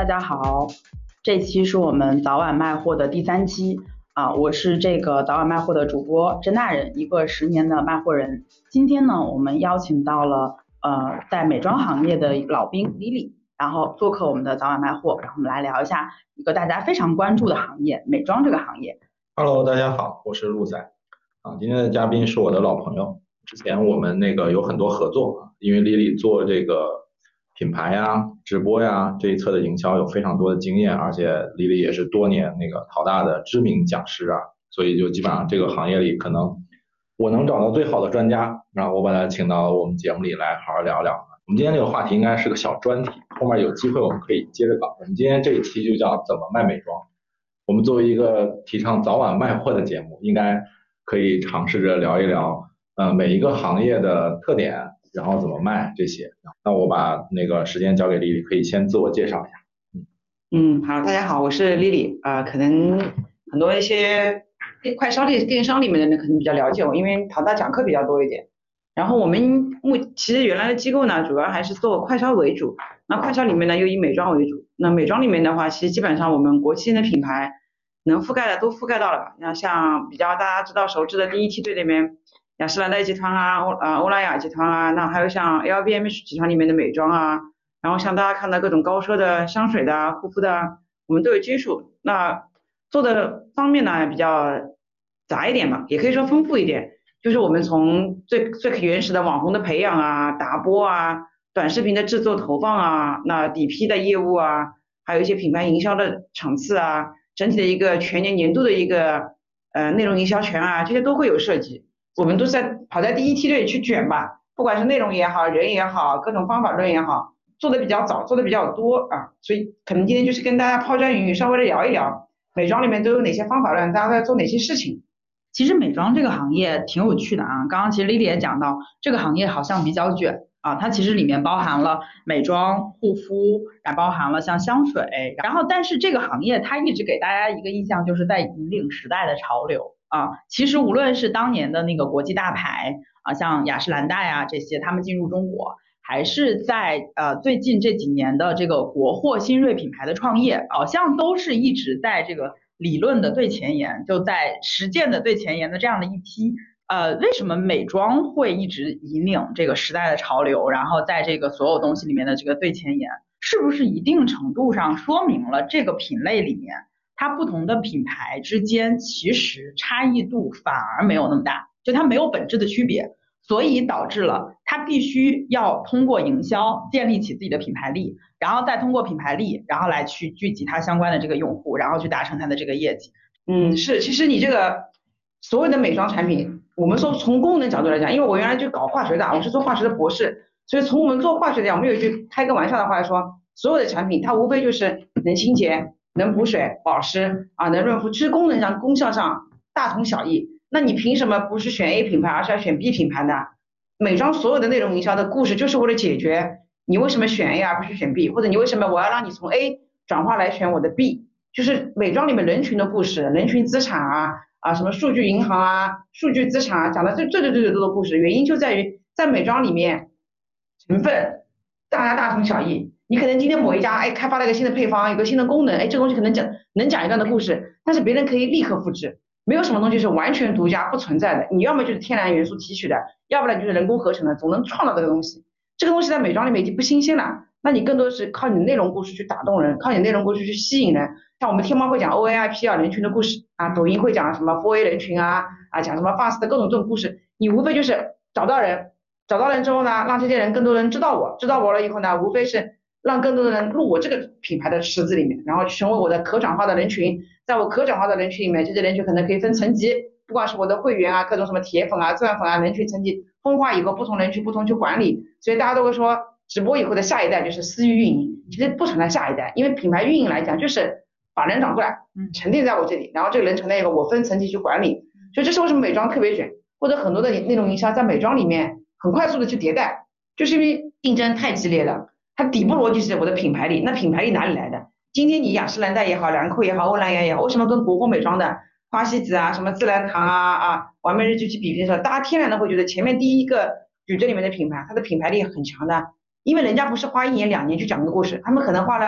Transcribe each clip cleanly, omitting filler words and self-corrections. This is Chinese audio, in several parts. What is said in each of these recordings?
大家好，这期是我们早晚卖货的第3期啊，我是这个早晚卖货的主播甄大人，一个10年的卖货人。今天呢，我们邀请到了在美妆行业的老兵 Lily，然后做客我们的早晚卖货，然后我们来聊一下一个大家非常关注的行业——美妆这个行业。 Hello，大家好，我是陆仔今天的嘉宾是我的老朋友，之前我们有很多合作因为 Lily 做这个品牌呀、直播呀这一侧的营销有非常多的经验，而且 Lily 也是多年淘大的知名讲师所以就基本上这个行业里可能我能找到最好的专家，然后我把他请到我们节目里来好好聊聊。我们今天这个话题应该是个小专题，后面有机会我们可以接着搞。我们今天这一期就叫怎么卖美妆。我们作为一个提倡早晚卖货的节目，应该可以尝试着聊一聊，每一个行业的特点，然后怎么卖这些。那我把时间交给丽丽，可以先自我介绍一下。 好，大家好，我是 Lily 可能很多一些快消类电商里面的人可能比较了解我，因为淘大讲课比较多一点。然后我们其实原来的机构呢，主要还是做快消为主。那快消里面呢，又以美妆为主。那美妆里面的话，其实基本上我们国际性的品牌能覆盖的都覆盖到了吧。那像比较大家知道熟知的第一梯队里面，雅诗兰黛集团欧莱雅集团那还有像 LVMH 集团里面的美妆然后像大家看到各种高奢的香水的、护肤的，我们都有接触。那做的方面呢比较杂一点嘛，也可以说丰富一点。就是我们从最原始的网红的培养打播短视频的制作投放那底批的业务还有一些品牌营销的场次整体的一个全年年度的一个内容营销权这些都会有涉及。我们都是跑在第一梯队去卷吧，不管是内容也好，人也好，各种方法论也好，做的比较早，做的比较多所以可能今天就是跟大家抛砖引玉，稍微的聊一聊美妆里面都有哪些方法论，大家在做哪些事情。 其实美妆这个行业挺有趣的刚刚其实 Lily 也讲到，这个行业好像比较卷它其实里面包含了美妆、护肤，还包含了像香水，然后但是这个行业它一直给大家一个印象，就是在引领时代的潮流其实无论是当年的那个国际大牌像雅诗兰黛这些，他们进入中国，还是在最近这几年的这个国货新锐品牌的创业，好像都是一直在这个理论的最前沿，就在实践的最前沿的这样的一批。为什么美妆会一直引领这个时代的潮流，然后在这个所有东西里面的这个最前沿？是不是一定程度上说明了这个品类里面它不同的品牌之间其实差异度反而没有那么大，就它没有本质的区别，所以导致了它必须要通过营销建立起自己的品牌力，然后再通过品牌力，然后来去聚集它相关的这个用户，然后去达成它的这个业绩。 是，其实你这个所有的美妆产品，我们说从功能角度来讲，因为我原来就搞化学的，我是做化学的博士，所以从我们做化学的讲，我们有一句开个玩笑的话说，所有的产品它无非就是能清洁、能补水、保湿能润肤，其实功能上、功效上大同小异。那你凭什么不是选 A 品牌，而是要选 B 品牌呢？美妆所有的内容营销的故事就是为了解决你为什么选 A 而不是选 B， 或者你为什么我要让你从 A 转化来选我的 B， 就是美妆里面人群的故事、人群资产什么数据银行数据资产讲的最多的故事，原因就在于在美妆里面成分大家大同小异。你可能今天某一家开发了一个新的配方，有个新的功能，这个东西可能能讲一段的故事，但是别人可以立刻复制。没有什么东西是完全独家不存在的，你要么就是天然元素提取的，要不然就是人工合成的，总能创造这个东西。这个东西在美妆里面已经不新鲜了，那你更多是靠你的内容故事去打动人，靠你的内容故事去吸引人。像我们天猫会讲 OAIP 人群的故事抖音会讲什么 4A 人群讲什么 FAST 的各种这种故事，你无非就是找到人之后呢，让这些人更多人知道我了以后呢，无非是让更多的人入我这个品牌的池子里面，然后成为我的可转化的人群。在我可转化的人群里面，这些人群可能可以分层级，不管是我的会员各种什么铁粉钻粉人群层级分化以后，不同人群不同去管理。所以大家都会说，直播以后的下一代就是私域运营，其实不存在下一代，因为品牌运营来讲就是把人找过来沉淀在我这里，然后这个人成了一个我分层级去管理。所以这是为什么美妆特别卷，或者很多的内容营销在美妆里面很快速的去迭代，就是因为竞争太激烈了。它底部逻辑是我的品牌力，那品牌力哪里来的？今天你雅诗兰黛也好，兰蔻也好，欧莱雅也好，为什么跟国货美妆的花西子什么自然堂完美日记去比拼的时候，大家天然的会觉得前面第一个矩阵里面的品牌，它的品牌力很强的，因为人家不是花1年2年去讲个故事，他们可能花了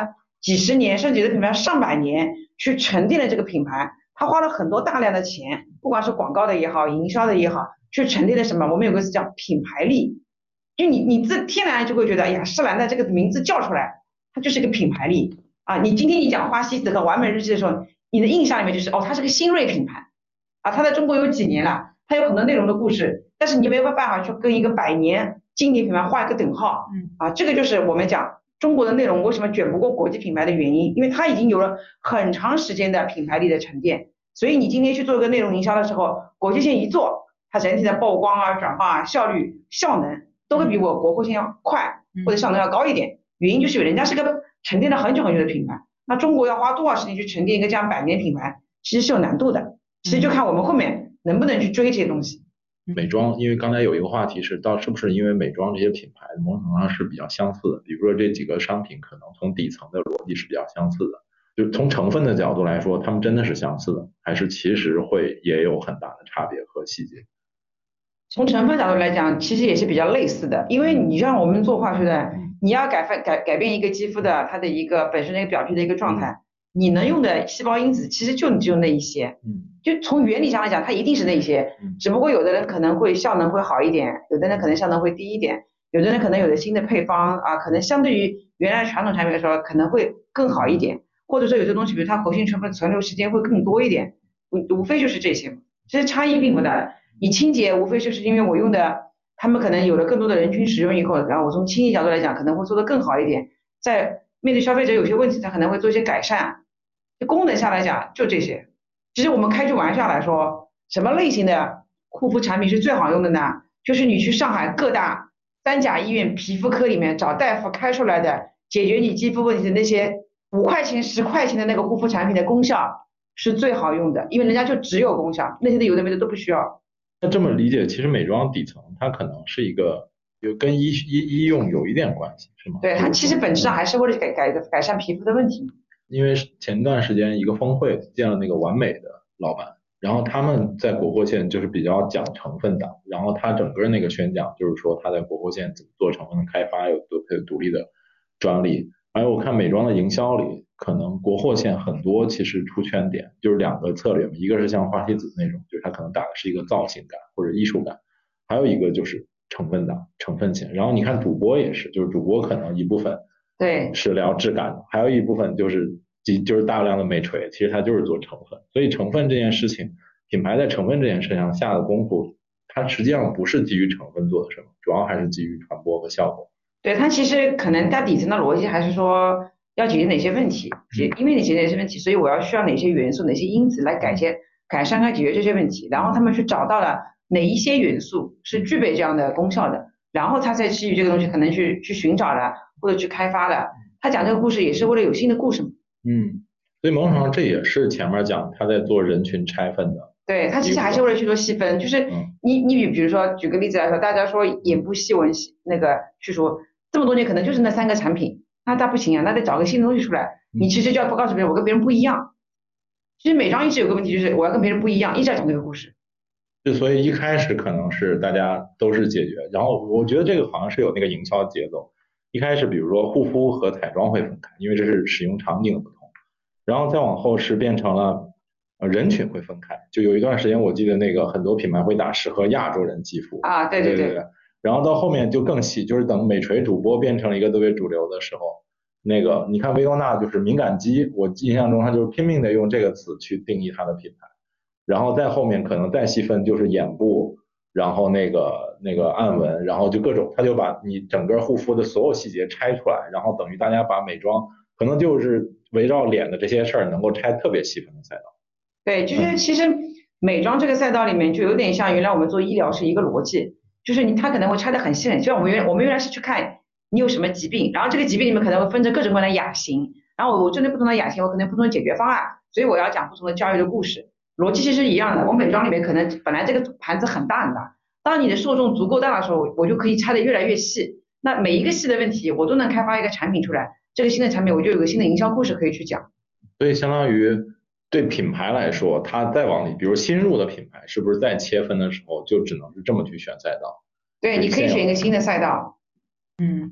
几十年，甚至有的品牌上百年去沉淀了这个品牌，他花了很多大量的钱，不管是广告的也好，营销的也好，去沉淀的什么？我们有个词叫品牌力，就你自天然就会觉得，哎呀，诗兰黛这个名字叫出来，它就是一个品牌力啊。你今天你讲花西子和完美日记的时候，你的印象里面就是哦，它是个新锐品牌啊，它在中国有几年了，它有很多内容的故事，但是你没有办法去跟一个百年经典品牌画一个等号啊。这个就是我们讲中国的内容为什么卷不过国际品牌的原因，因为它已经有了很长时间的品牌力的沉淀。所以你今天去做一个内容营销的时候，国际线一做，它整体的曝光啊、转化啊、效率、效能都会比我国货线要快，或者效能要高一点。原因就是人家是个沉淀了很久很久的品牌，那中国要花多少时间去沉淀一个这样百年品牌，其实是有难度的。其实就看我们后面能不能去追这些东西。 美妆，因为刚才有一个话题是，是不是因为美妆这些品牌某种程度上是比较相似的？比如说这几个商品可能从底层的逻辑是比较相似的，就从成分的角度来说，它们真的是相似的，还是其实也有很大的差别和细节？ 从成分角度来讲，其实也是比较类似的，因为你让我们做化学的，你要改变一个肌肤的它的一个本身的一个表皮的一个状态，你能用的细胞因子其实就只有那一些，就从原理上来讲，它一定是那些，只不过有的人可能会效能会好一点，有的人可能效能会低一点，有的人可能有的新的配方啊，可能相对于原来传统产品来说可能会更好一点，或者说有些东西，比如它活性成分存留时间会更多一点，无非就是这些，其实差异并不大。你清洁无非就是因为我用的，他们可能有了更多的人群使用以后，然后我从清洁角度来讲可能会做得更好一点，在面对消费者有些问题，他可能会做一些改善。功能上来讲就这些。其实我们开句玩笑来说，什么类型的护肤产品是最好用的呢？就是你去上海各大三甲医院皮肤科里面找大夫开出来的解决你肌肤问题的那些5块钱、10块钱的那个护肤产品的功效是最好用的，因为人家就只有功效，那些的有的没的都不需要。 那这么理解，其实美妆底层它可能是一个跟医用有一点关系，是吗？ 对，它其实本质上还是为了改善皮肤的问题。 因为前段时间一个峰会见了那个完美的老板，然后他们在国货线就是比较讲成分党，然后他整个那个宣讲就是说他在国货线怎么做成分的开发，有独立的专利。还有我看美妆的营销里，可能国货线很多其实出圈点就是2个策略嘛，一个是像花西子那种，就是它可能打的是一个造型感或者艺术感，还有一个就是成分党、成分线。然后你看主播也是，就是主播可能一部分对是聊质感的，还有一部分就是大量的美锤，其实它就是做成分。所以成分这件事情，品牌在成分这件事情上下的功夫，它实际上不是基于成分做的什么，主要还是基于传播和效果。 对，它其实可能它底层的逻辑还是说要解决哪些问题，因为你解决哪些问题，所以我要需要哪些元素、哪些因子来改善和解决这些问题，然后他们去找到了哪一些元素是具备这样的功效的，然后他再基于这个东西可能去寻找了或者去开发了。他讲这个故事也是为了有新的故事嘛。 所以某种程度上这也是前面讲他在做人群拆分的。 对，他其实还是为了去做细分，就是你比如说举个例子来说，大家说眼部细纹那个去除这么多年可能就是那3个产品，那不行啊，那得找个新的东西出来，你其实就要告诉别人我跟别人不一样。其实美妆一直有个问题就是我要跟别人不一样，一直要讲这个故事。 所以一开始可能是大家都是解决，然后我觉得这个好像是有那个营销节奏。一开始比如说护肤和彩妆会分开，因为这是使用场景的不同，然后再往后是变成了人群会分开，就有一段时间我记得那个很多品牌会打适合亚洲人肌肤啊，对对对， 然后到后面就更细，就是等美锤主播变成了一个特别主流的时候，那个你看薇诺娜就是敏感肌，我印象中她就是拼命的用这个词去定义她的品牌，然后再后面可能再细分就是眼部，然后那个暗纹，然后就各种，他就把你整个护肤的所有细节拆出来，然后等于大家把美妆可能就是围绕脸的这些事儿能够拆特别细分的赛道。 对，就是其实美妆这个赛道里面就有点像原来我们做医疗是一个逻辑，就是它可能会拆得很细很细。就像我们原来是去看你有什么疾病，然后这个疾病里面可能会分成各种各样的亚型，然后我针对不同的亚型，我可能有不同的解决方案，所以我要讲不同的教育的故事，逻辑其实一样的。我美妆里面可能本来这个盘子很大很大，当你的受众足够大的时候，我就可以拆得越来越细。那每一个细的问题，我都能开发一个产品出来，这个新的产品我就有个新的营销故事可以去讲。 所以相当于对品牌来说，它再往里，比如新入的品牌，是不是在切分的时候就只能是这么去选赛道？ 对，你可以选一个新的赛道。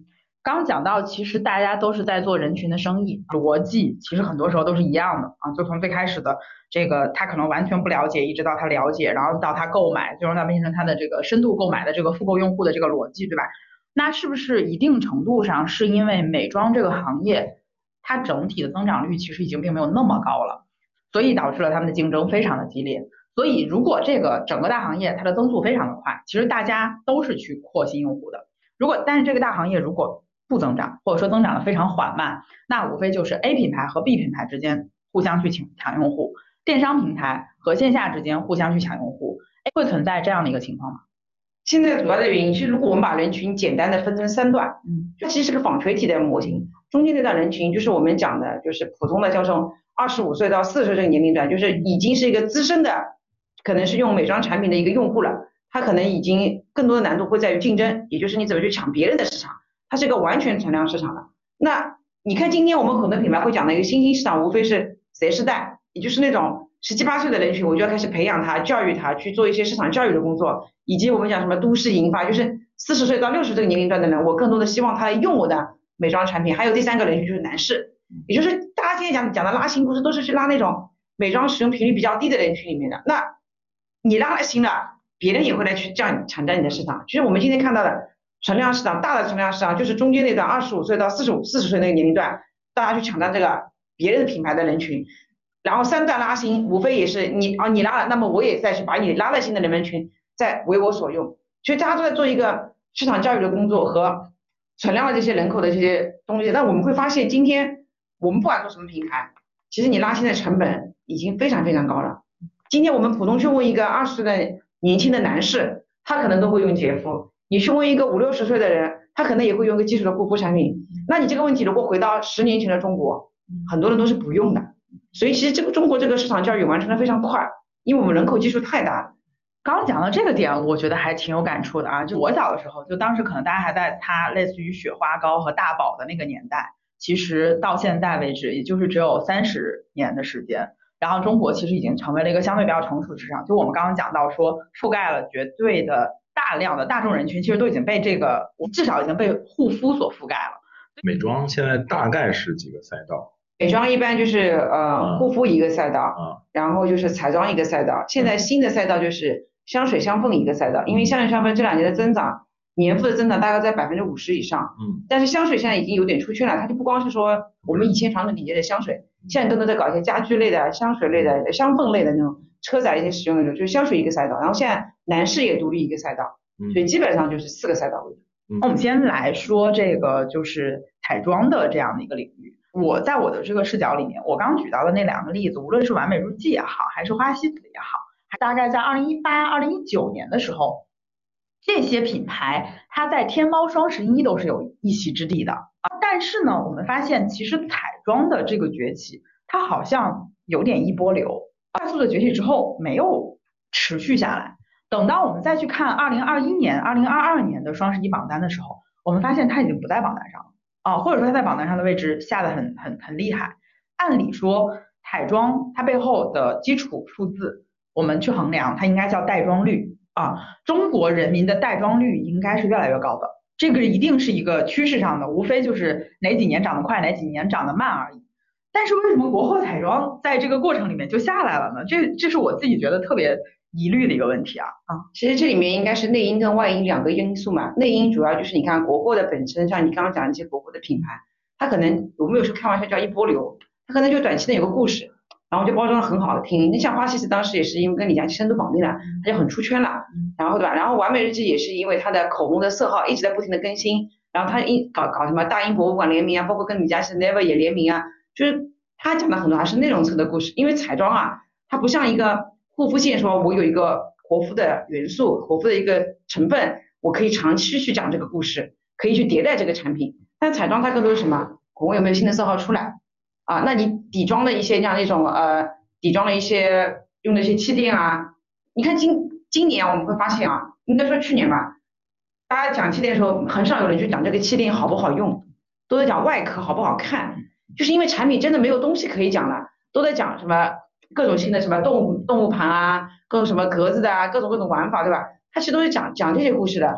刚讲到，其实大家都是在做人群的生意，逻辑其实很多时候都是一样的啊，就从最开始的这个他可能完全不了解，一直到他了解，然后到他购买，最终到变成他的这个深度购买的这个复购用户的这个逻辑，对吧？那是不是一定程度上是因为美妆这个行业它整体的增长率其实已经并没有那么高了，所以导致了他们的竞争非常的激烈。所以如果这个整个大行业它的增速非常的快，其实大家都是去扩新用户的。但是这个大行业如果不增长，或者说增长的非常缓慢，那无非就是 A 品牌和 B 品牌之间互相去抢用户，电商平台和线下之间互相去抢用户，会存在这样的一个情况吗？ 现在主要的原因是，如果我们把人群简单的分成3段，它其实是个纺锤体的模型，中间这段人群就是我们讲的，就是普通的叫做25岁到40岁这个年龄段，就是已经是一个资深的，可能是用美妆产品的一个用户了，他可能已经更多的难度会在于竞争，也就是你怎么去抢别人的市场，它是一个完全存量市场的。那你看今天我们很多品牌会讲的一个新兴市场，无非是 Z 世代，也就是那种17、18岁的人群，我就要开始培养他、教育他，去做一些市场教育的工作，以及我们讲什么都市银发，就是40岁到60这个年龄段的人，我更多的希望他用我的美妆产品。还有第3个人群就是男士，也就是大家现在讲的拉新，不是都是去拉那种美妆使用频率比较低的人群里面的，那你拉了新了，别人也会来去这样抢占你的市场。其实我们今天看到的存量市场，大的存量市场就是中间那段25岁到40岁那个年龄段，大家去抢占这个别人的品牌的人群。然后3段拉新，无非也是你拉了，那么我也再去把你拉了新的人群再为我所用。所以大家都在做一个市场教育的工作和存量的这些人口的这些东西。那我们会发现，今天我们不管做什么品牌，其实你拉新的成本已经非常非常高了。今天我们普通去问一个20岁的年轻的男士，他可能都会用洁肤；你去问一个50、60岁的人，他可能也会用一个基础的护肤产品。那你这个问题如果回到10年前的中国，很多人都是不用的。所以其实中国这个市场教育完成的非常快，因为我们人口基数太大了。 刚刚讲到这个点，我觉得还挺有感触的啊。就我小的时候，就当时可能大家还在它类似于雪花膏和大宝的那个年代，其实到现在为止，也就是只有30年的时间。然后中国其实已经成为了一个相对比较成熟的市场。就我们刚刚讲到说，覆盖了绝对的大量的大众人群，其实都已经被至少已经被护肤所覆盖了。 美妆现在大概是几个赛道？ 美妆一般就是护肤一个赛道，然后就是彩妆一个赛道。现在新的赛道就是香水香氛一个赛道，因为香水香氛这2年的增长，年复的增长大概在50%以上。但是香水现在已经有点出圈了，它就不光是说我们以前传统理解的香水，现在更多在搞一些家居类的、香水类的、香氛类的那种车载一些使用的，就是香水一个赛道。然后现在男士也独立一个赛道，所以基本上就是4个赛道为主。 我们先来说这个就是彩妆的这样的一个领域。我在我的这个视角里面，我刚举到的那2个例子，无论是完美日记也好，还是花西子也好，大概在2018、2019年的时候，这些品牌它在天猫双11都是有一席之地的。但是呢，我们发现其实彩妆的这个崛起，它好像有点一波流，快速的崛起之后没有持续下来。等到我们再去看2021年、2022年的双11榜单的时候，我们发现它已经不在榜单上了。或者说它在榜单上的位置下得很厉害。按理说，彩妆它背后的基础数字，我们去衡量它应该叫带妆率啊。中国人民的带妆率应该是越来越高的，这个一定是一个趋势上的，无非就是哪几年涨得快，哪几年涨得慢而已。但是为什么国货彩妆在这个过程里面就下来了呢？这是我自己觉得特别疑虑的一个问题啊。 其实这里面应该是内因跟外因2个因素嘛。内因主要就是你看国货的本身，像你刚刚讲的一些国货的品牌，它可能我们有时候开玩笑叫一波流，它可能就短期内有个故事，然后就包装的很好听。那像花西子当时也是因为跟李佳琦深度绑定了，它就很出圈了，然后对吧？然后完美日记也是因为它的口红的色号一直在不停的更新，然后它搞什么大英博物馆联名啊，包括跟李佳琦 Never 也联名啊，就是他讲的很多还是内容层的故事。因为彩妆啊，它不像一个护肤线，说我有一个活肤的元素，活肤的一个成分，我可以长期去讲这个故事，可以去迭代这个产品。但彩妆它更多是什么？口红有没有新的色号出来啊？那你底妆的一些像那种底妆的一些用的一些气垫啊，你看今年我们会发现啊，应该说去年吧，大家讲气垫的时候，很少有人去讲这个气垫好不好用，都在讲外壳好不好看，就是因为产品真的没有东西可以讲了，都在讲什么各种新的什么动物盘啊，各种什么格子的啊，各种玩法，对吧？它其实都是讲这些故事的。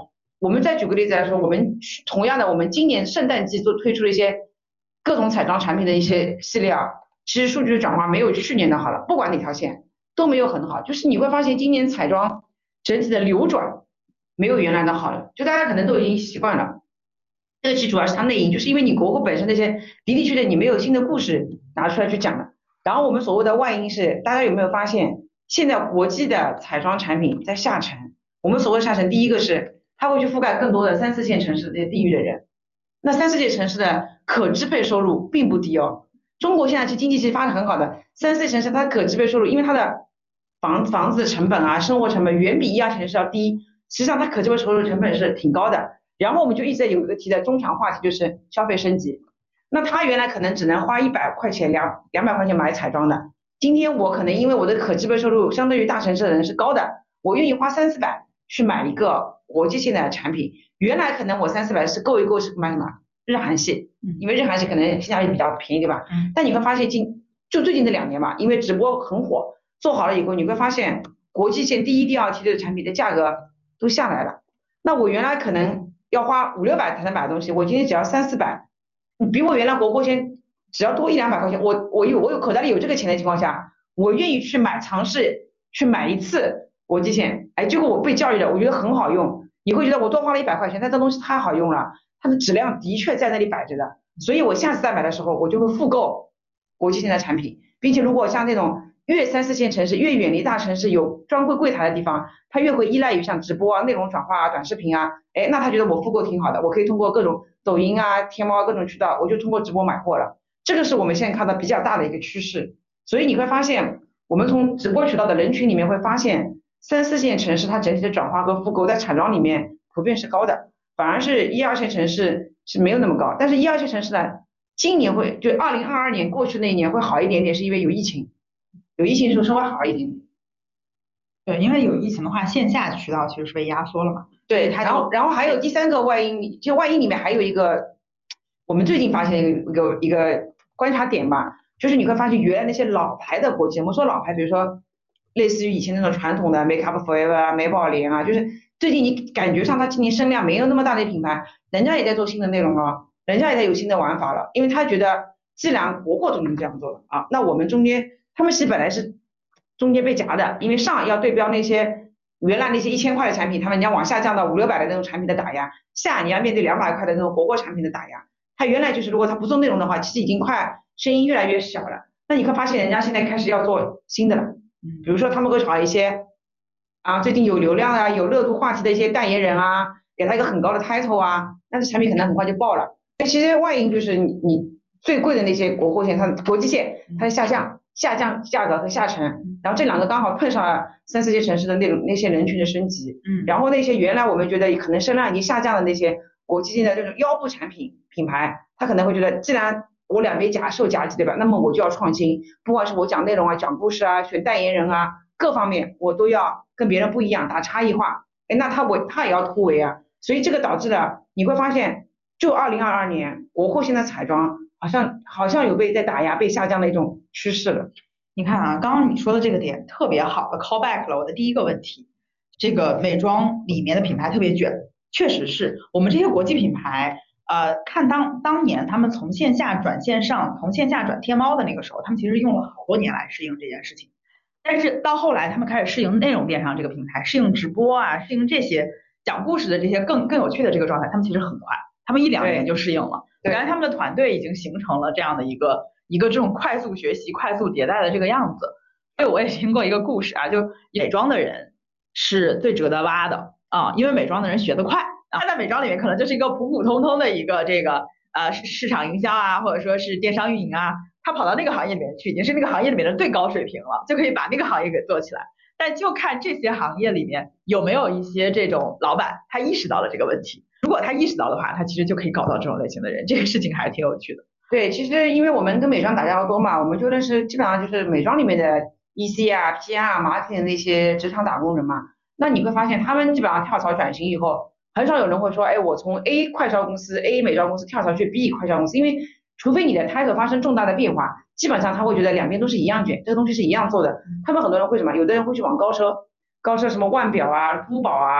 我们再举个例子来说，我们同样的，我们今年圣诞季推出了一些各种彩妆产品的一些系列啊，其实数据的转化没有去年的好了，不管哪条线都没有很好，就是你会发现今年彩妆整体的流转没有原来的好了，就大家可能都已经习惯了。这个其实主要是它内因，就是因为你国货本身那些的的确确你没有新的故事拿出来去讲了。然后我们所谓的外因是，大家有没有发现，现在国际的彩妆产品在下沉？我们所谓下沉，第一个是它会去覆盖更多的3、4线城市这些地域的人，那3、4线城市的可支配收入并不低哦。中国现在其实经济其实发展很好的3、4线城市，它可支配收入，因为它的房子成本啊，生活成本远比1、2线城市要低，实际上它可支配收入成本是挺高的。然后我们就一直在有一个提的中长话题，就是消费升级。那他原来可能只能花100块钱、200块钱买彩妆的，今天我可能因为我的可支配收入相对于大城市的人是高的，我愿意花3、400去买一个国际性的产品。原来可能我3、400是够一够是买什么日韩系，因为日韩系可能性价比比较便宜，对吧？但你会发现就最近这2年吧，因为直播很火，做好了以后，你会发现国际线第1、第2梯队的产品的价格都下来了。那我原来可能要花5、600才能买的东西，我今天只要3、400，你比我原来国货线只要多1、2百块钱，我有口袋里有这个钱的情况下，我愿意去尝试去买一次国际线，哎，结果我被教育了，我觉得很好用，你会觉得我多花了100块钱，但这东西太好用了，它的质量的确在那里摆着的，所以我下次再买的时候，我就会复购国际线的产品，并且如果像那种越3、4线城市越远离大城市有专柜柜台的地方，它越会依赖于像直播啊、内容转化啊、短视频啊，哎，那他觉得我复购挺好的，我可以通过各种抖音啊、天猫啊各种渠道，我就通过直播买货了。这个是我们现在看到比较大的一个趋势。所以你会发现，我们从直播渠道的人群里面会发现，3、4线城市它整体的转化和复购在彩妆里面普遍是高的，反而是1、2线城市是没有那么高。但是1、2线城市呢，今年会就2022年过去那一年会好一点点，是因为有疫情。有疫情的时候稍微好一点点。 对，因为有疫情的话，线下渠道其实是被压缩了嘛。 对，然后还有第3个外因，其实外因里面还有一个，我们最近发现一个观察点吧，就是你会发现原来那些老牌的国际，我们说老牌，比如说类似于以前那种传统的 Make Up Forever 啊、美宝莲啊，就是最近你感觉上它今年声量没有那么大的品牌，人家也在做新的内容了，人家也在有新的玩法了，因为他觉得既然国货都能这样做了啊，那我们中间他们是本来是中间被夹的，因为上要对标那些原来那些1000块的产品，他们你要往下降到5、600的那种产品的打压，下你要面对200块的那种国货产品的打压。它原来就是如果它不做内容的话，其实已经快声音越来越小了。那你会发现人家现在开始要做新的了，比如说他们会找一些啊最近有流量啊、有热度话题的一些代言人啊，给他一个很高的 title 啊，那这产品可能很快就爆了。其实外因就是你最贵的那些国货线，它国际线它的下降价格和下沉，然后这2个刚好碰上了3、4线城市的那些人群的升级，然后那些原来我们觉得可能声量已经下降的那些国际性的这种腰部产品品牌，他可能会觉得既然我2杯甲受夹击，对吧？那么我就要创新，不管是我讲内容啊、讲故事啊、选代言人啊，各方面我都要跟别人不一样，打差异化。哎，那他也要突围啊，所以这个导致了你会发现，就2022年国货现在彩妆好像有被在打压、被下降的一种趋势了。 你看啊，刚刚你说的这个点特别好的 call back 了我的第一个问题，这个美妆里面的品牌特别卷，确实是我们这些国际品牌，看当年他们从线下转线上，从线下转天猫的那个时候，他们其实用了好多年来适应这件事情，但是到后来他们开始适应内容电商这个平台，适应直播啊，适应这些讲故事的这些更有趣的这个状态，他们其实很快，他们1、2年就适应了，原来他们的团队已经形成了这样的一个这种快速学习、快速迭代的这个样子。所以我也听过一个故事啊，就美妆的人是最值得挖的啊，因为美妆的人学得快，他在美妆里面可能就是一个普普通通的一个这个市场营销啊，或者说是电商运营啊，他跑到那个行业里面去，已经是那个行业里面的最高水平了，就可以把那个行业给做起来。但就看这些行业里面有没有一些这种老板他意识到了这个问题，如果他意识到的话，他其实就可以搞到这种类型的人，这个事情还是挺有趣的。 对，其实因为我们跟美妆打交道多嘛，我们就认识基本上就是美妆里面的 EC 啊、PR 啊、marketing 那些职场打工人嘛。那你会发现他们基本上跳槽转型以后，很少有人会说，哎，我从 A 快销公司、A 美妆公司跳槽去 B 快销公司，因为除非你的 title 发生重大的变化，基本上他会觉得两边都是一样卷，这个东西是一样做的。他们很多人会什么？有的人会去往高奢什么腕表啊、珠宝啊、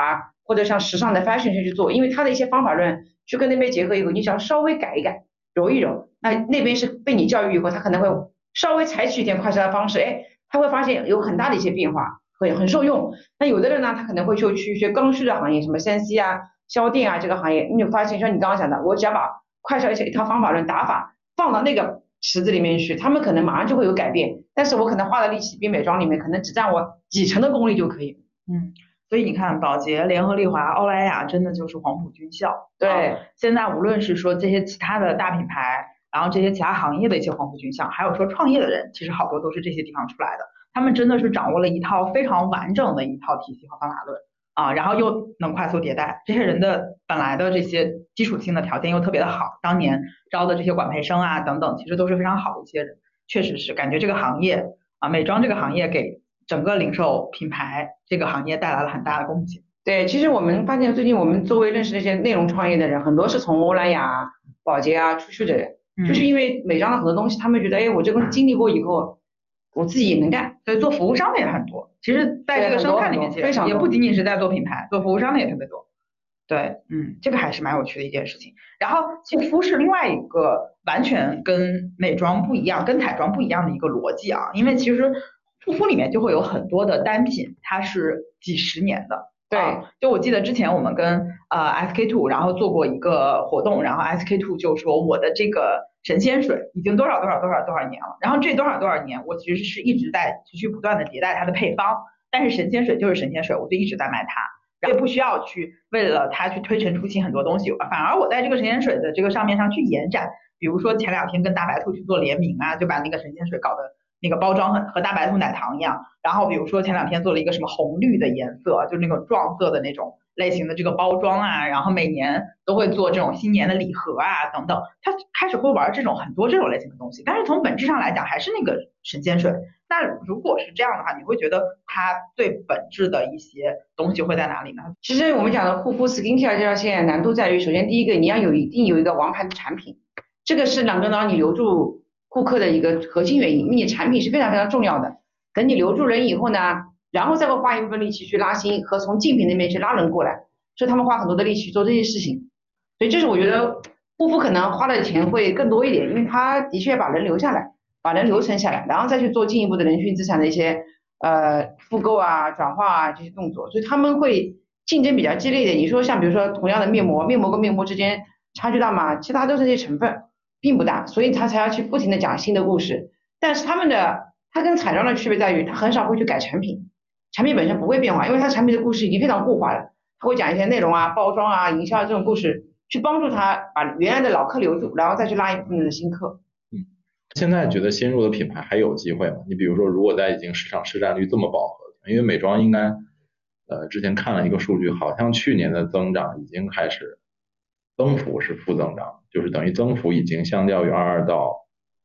或者像时尚的 fashion 去做，因为它的一些方法论去跟那边结合以后，你只要稍微改一改，揉一揉，那边是被你教育以后，他可能会稍微采取一点快销的方式，哎，他会发现有很大的一些变化，很受用。那有的人呢，他可能会去学刚需的行业，什么3C 啊、销店啊这个行业，你就发现像你刚刚讲的，我只要把快销一套方法论打法放到那个池子里面去，他们可能马上就会有改变，但是我可能花的力气比美妆里面可能只占我几成的功力就可以。 所以你看，宝洁、联合利华、欧莱雅真的就是黄埔军校。 对， 现在无论是说这些其他的大品牌，然后这些其他行业的一些黄埔军校，还有说创业的人，其实好多都是这些地方出来的。他们真的是掌握了一套非常完整的一套体系和方法论然后又能快速迭代。这些人的本来的这些基础性的条件又特别的好，当年招的这些管培生啊等等，其实都是非常好的一些人。确实是感觉这个行业美妆这个行业给整个零售品牌这个行业带来了很大的贡献。 对，其实我们发现最近我们周围认识那些内容创业的人，很多是从欧莱雅、宝洁啊出去的人，就是因为美妆的很多东西，他们觉得，哎，我这个经历过以后，我自己也能干。 所以做服务商的也很多。其实在这个生态里面，其实也不仅仅是在做品牌，做服务商的也特别多。对，这个还是蛮有趣的一件事情。然后护肤是另外一个完全跟美妆不一样、跟彩妆不一样的一个逻辑啊，因为其实护肤里面就会有很多的单品，它是几十年的。 对， 就我记得之前我们跟SK-II 然后做过一个活动，然后 SK-II 就说我的这个神仙水已经多少年了，然后这多少年我其实是一直在持续不断的迭代它的配方，但是神仙水就是神仙水，我就一直在卖它，也不需要去为了它去推陈出新很多东西，反而我在这个神仙水的这个上面上去延展，比如说前2天跟大白兔去做联名啊，就把那个神仙水搞得那个包装和大白兔奶糖一样，然后比如说前2天做了一个什么红绿的颜色，就是那种撞色的那种类型的这个包装啊，然后每年都会做这种新年的礼盒啊等等，他开始会玩这种很多这种类型的东西，但是从本质上来讲还是那个神仙水。那如果是这样的话，你会觉得它最本质的一些东西会在哪里呢？ 其实我们讲的护肤 skincare 这条线难度在于，首先第一个你要一定有一个王牌的产品，这个是能够让你留住顾客的一个核心原因，因为你产品是非常非常重要的。等你留住人以后呢，然后再会花一部分力气去拉新和从竞品那边去拉人过来，所以他们花很多的力气去做这些事情。所以这是我觉得护肤可能花的钱会更多一点，因为他的确把人留下来，把人留存下来，然后再去做进一步的人群资产的一些复购啊、转化啊这些动作，所以他们会竞争比较激烈一点。你说像比如说同样的面膜，面膜跟面膜之间差距大吗？其他都是这些成分。并不大，所以他才要去不停的讲新的故事。但是它跟彩妆的区别在于，它很少会去改产品，产品本身不会变化，因为它产品的故事已经非常固化了。它会讲一些内容啊、包装啊、营销这种故事，去帮助他把原来的老客留住，然后再去拉一部分的新客。 现在觉得新入的品牌还有机会吗？你比如说，如果在已经市场市占率这么饱和，因为美妆应该之前看了一个数据，好像去年的增长已经开始增幅是负增长，就是等于增幅已经相较于22到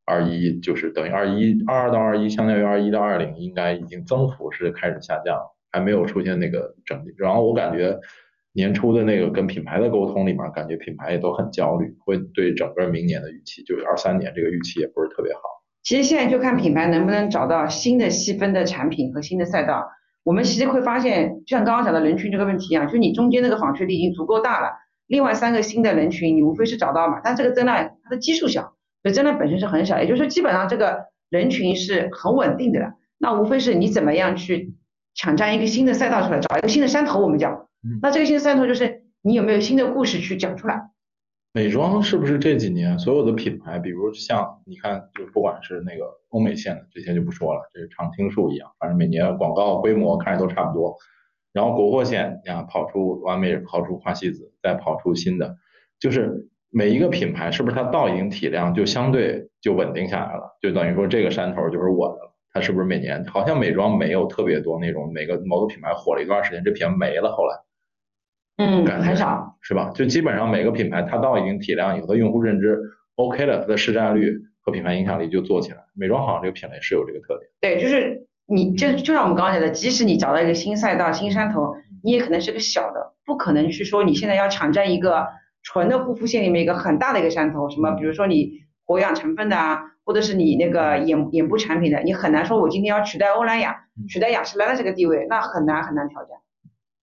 21，就是等于22到21相较于21到20，应该已经增幅是开始下降，还没有出现那个整体。然后我感觉年初的那个跟品牌的沟通里面，感觉品牌也都很焦虑，会对整个明年的预期，就是23年这个预期也不是特别好。 其实现在就看品牌能不能找到新的细分的产品和新的赛道。我们其实会发现，就像刚刚讲的人群这个问题一样，就是你中间那个纺锤力已经足够大了。另外3个新的人群，你无非是找到嘛，但这个增量它的基数小，所以增量本身是很小，也就是说基本上这个人群是很稳定的了。那无非是你怎么样去抢占一个新的赛道出来，找一个新的山头，我们讲。那这个新的山头就是你有没有新的故事去讲出来。 美妆是不是这几年所有的品牌，比如像你看，就不管是那个欧美线的这些就不说了，这是常青树一样，反正每年广告规模看着都差不多。然后国货线呀，跑出完美，跑出花西子，再跑出新的，就是每一个品牌是不是它到一定体量就相对就稳定下来了，就等于说这个山头就是我的了。它是不是每年好像美妆没有特别多那种某个品牌火了一段时间，这品牌没了后来。 很少是吧？就基本上每个品牌它到一定体量以后，它用户认知 OK 了，它的市占率和品牌影响力就做起来。美妆好像这个品类是有这个特点。 对，就是你就像我们刚刚讲的，即使你找到一个新赛道、新山头，你也可能是个小的，不可能去说你现在要抢占一个纯的护肤线里面一个很大的一个山头，什么比如说你活氧成分的啊，或者是你那个眼部产品的，你很难说我今天要取代欧莱雅、取代雅诗兰黛这个地位，那很难挑战。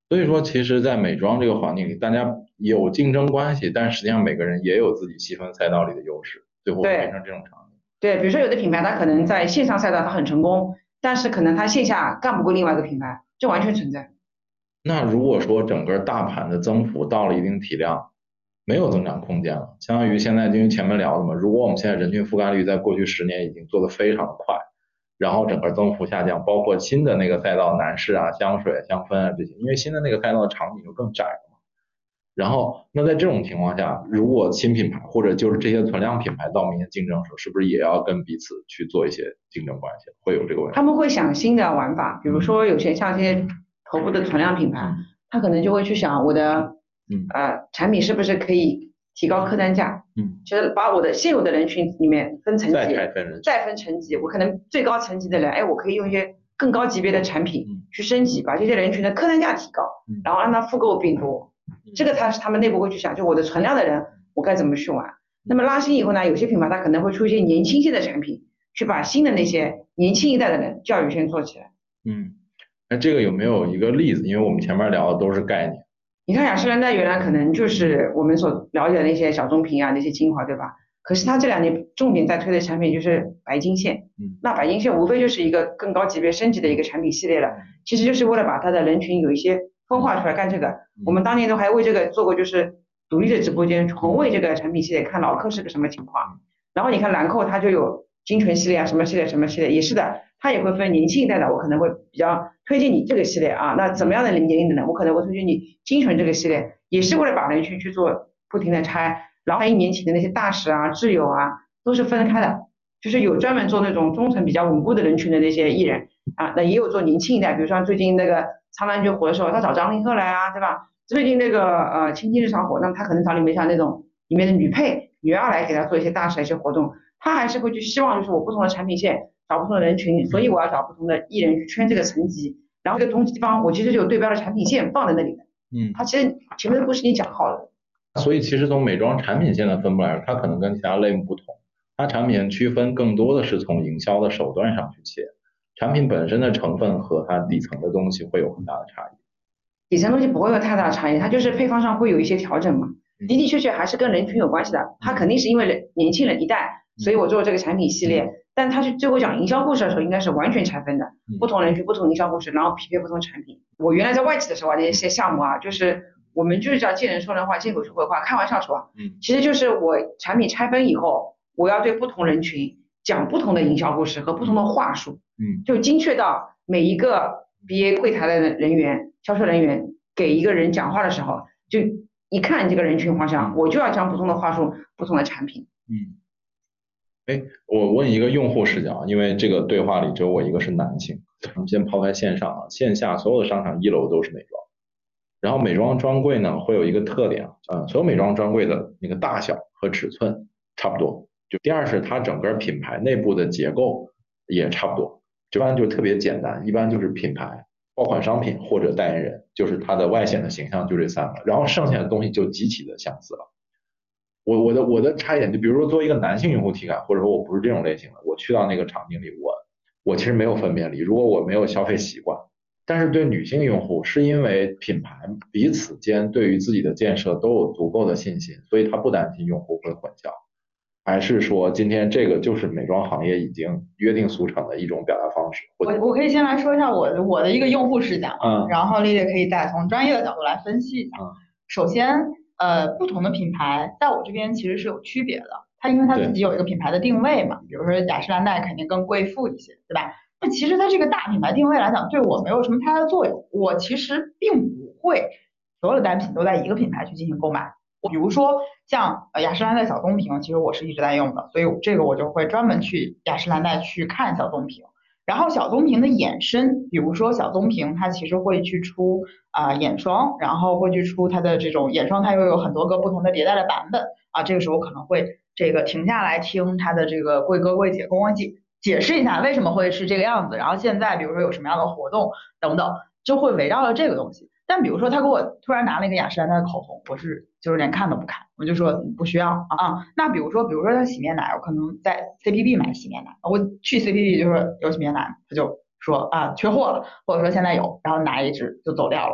所以说，其实，在美妆这个环境里，大家有竞争关系，但实际上每个人也有自己细分赛道里的优势，最后变对成这种场景。 对，比如说有的品牌它可能在线上赛道它很成功，但是可能它线下干不过另外一个品牌，这完全存在。 那如果说整个大盘的增幅到了一定体量，没有增长空间了，相当于现在因为前面聊的嘛，如果我们现在人均覆盖率在过去10年已经做得非常的快，然后整个增幅下降，包括新的那个赛道，男士啊、香水、香氛啊这些，因为新的那个赛道的场景就更窄了嘛。然后，那在这种情况下，如果新品牌或者就是这些存量品牌到明年竞争的时候，是不是也要跟彼此去做一些竞争关系？会有这个问题？ 他们会想新的玩法，比如说有些像这些头部的存量品牌，他可能就会去想我的产品是不是可以提高客单价，就是把我的现有的人群里面分层级，再分层级，我可能最高层级的人，哎，我可以用一些更高级别的产品去升级，把这些人群的客单价提高，然后让他复购变多，这个才是他们内部会去想，就我的存量的人我该怎么去玩。那么拉新以后呢，有些品牌它可能会出一些年轻些的产品，去把新的那些年轻一代的人教育先做起来。 那这个有没有一个例子？因为我们前面聊的都是概念。 你看雅诗兰黛原来可能就是我们所了解的那些小棕瓶啊，那些精华，对吧？可是它这2年重点在推的产品就是白金线，那白金线无非就是一个更高级别升级的一个产品系列了，其实就是为了把它的人群有一些分化出来干这个。我们当年都还为这个做过就是独立的直播间，纯为这个产品系列看老客是个什么情况。然后你看兰蔻它就有精纯系列啊，什么系列什么系列，也是的，它也会分年轻一代的，我可能会比较推荐你这个系列啊，那怎么样的年龄的呢？我可能会推荐你精纯这个系列，也是为了把人群去做不停的拆。然后1年前的那些大使啊、挚友啊，都是分开的，就是有专门做那种中层比较稳固的人群的那些艺人啊，那也有做年轻一代，比如说最近那个苍兰诀火的时候，他找张凌赫来啊，对吧？最近那个青青日常火，那他可能找里面像那种里面的女配、女二来给他做一些大使一些活动，他还是会去希望就是我不同的产品线找不同的人群，所以我要找不同的艺人去圈这个层级，然后这个中级方我其实就有对标的产品线放在那里的，他其实前面的故事已经讲好了。 所以其实从美妆产品线的分布来说，它可能跟其他类目不同，它产品区分更多的是从营销的手段上去切，产品本身的成分和它底层的东西会有很大的差异。 底层东西不会有太大的差异，它就是配方上会有一些调整嘛，的的确确还是跟人群有关系的，它肯定是因为年轻人一代，所以我做这个产品系列，但它去最后讲营销故事的时候，应该是完全拆分的，不同人群不同营销故事，然后匹配不同产品。我原来在外企的时候啊，那些项目啊，就是我们就是叫见人说人话，见鬼说鬼话，开玩笑说，其实就是我产品拆分以后，我要对不同人群讲不同的营销故事和不同的话术，就精确到每一个 BA 柜台的人员、销售人员给一个人讲话的时候，就一看这个人群画像，我就要讲不同的话术、不同的产品。 我问一个用户视角，因为这个对话里只有我一个是男性，我们先抛开线上啊，线下所有的商场1楼都是美妆，然后美妆专柜呢会有一个特点所有美妆专柜的那个大小和尺寸差不多，就第二是它整个品牌内部的结构也差不多，一般就特别简单，一般就是品牌、爆款商品或者代言人，就是它的外显的形象就这3个，然后剩下的东西就极其的相似了。我的差异点就比如说作为一个男性用户体感，或者说我不是这种类型的，我去到那个场景里，我其实没有分辨力，如果我没有消费习惯，但是对女性用户是因为品牌彼此间对于自己的建设都有足够的信心，所以他不担心用户会混淆，还是说今天这个就是美妆行业已经约定俗成的一种表达方式？ 我可以先来说一下我的一个用户视角，然后丽丽可以再从专业的角度来分析一下。首先不同的品牌在我这边其实是有区别的，它因为它自己有一个品牌的定位嘛，比如说雅诗兰黛肯定更贵妇一些，对吧？那其实它这个大品牌定位来讲，对我没有什么太大的作用，我其实并不会所有的单品都在一个品牌去进行购买。比如说像雅诗兰黛小棕瓶，其实我是一直在用的，所以这个我就会专门去雅诗兰黛去看小棕瓶。然后小棕瓶的衍生，比如说小棕瓶它其实会去出眼霜，然后会去出它的这种眼霜，它又有很多个不同的迭代的版本啊，这个时候可能会这个停下来听它的这个贵哥贵姐跟我解释一下为什么会是这个样子，然后现在比如说有什么样的活动等等，就会围绕着这个东西。但比如说他给我突然拿了一个雅诗兰黛的口红，我是就是连看都不看，我就说不需要啊。那比如说他洗面奶，我可能在 CPB 买洗面奶，我去 CPB 就说有洗面奶，他就说缺货了，或者说现在有，然后拿一支就走掉了。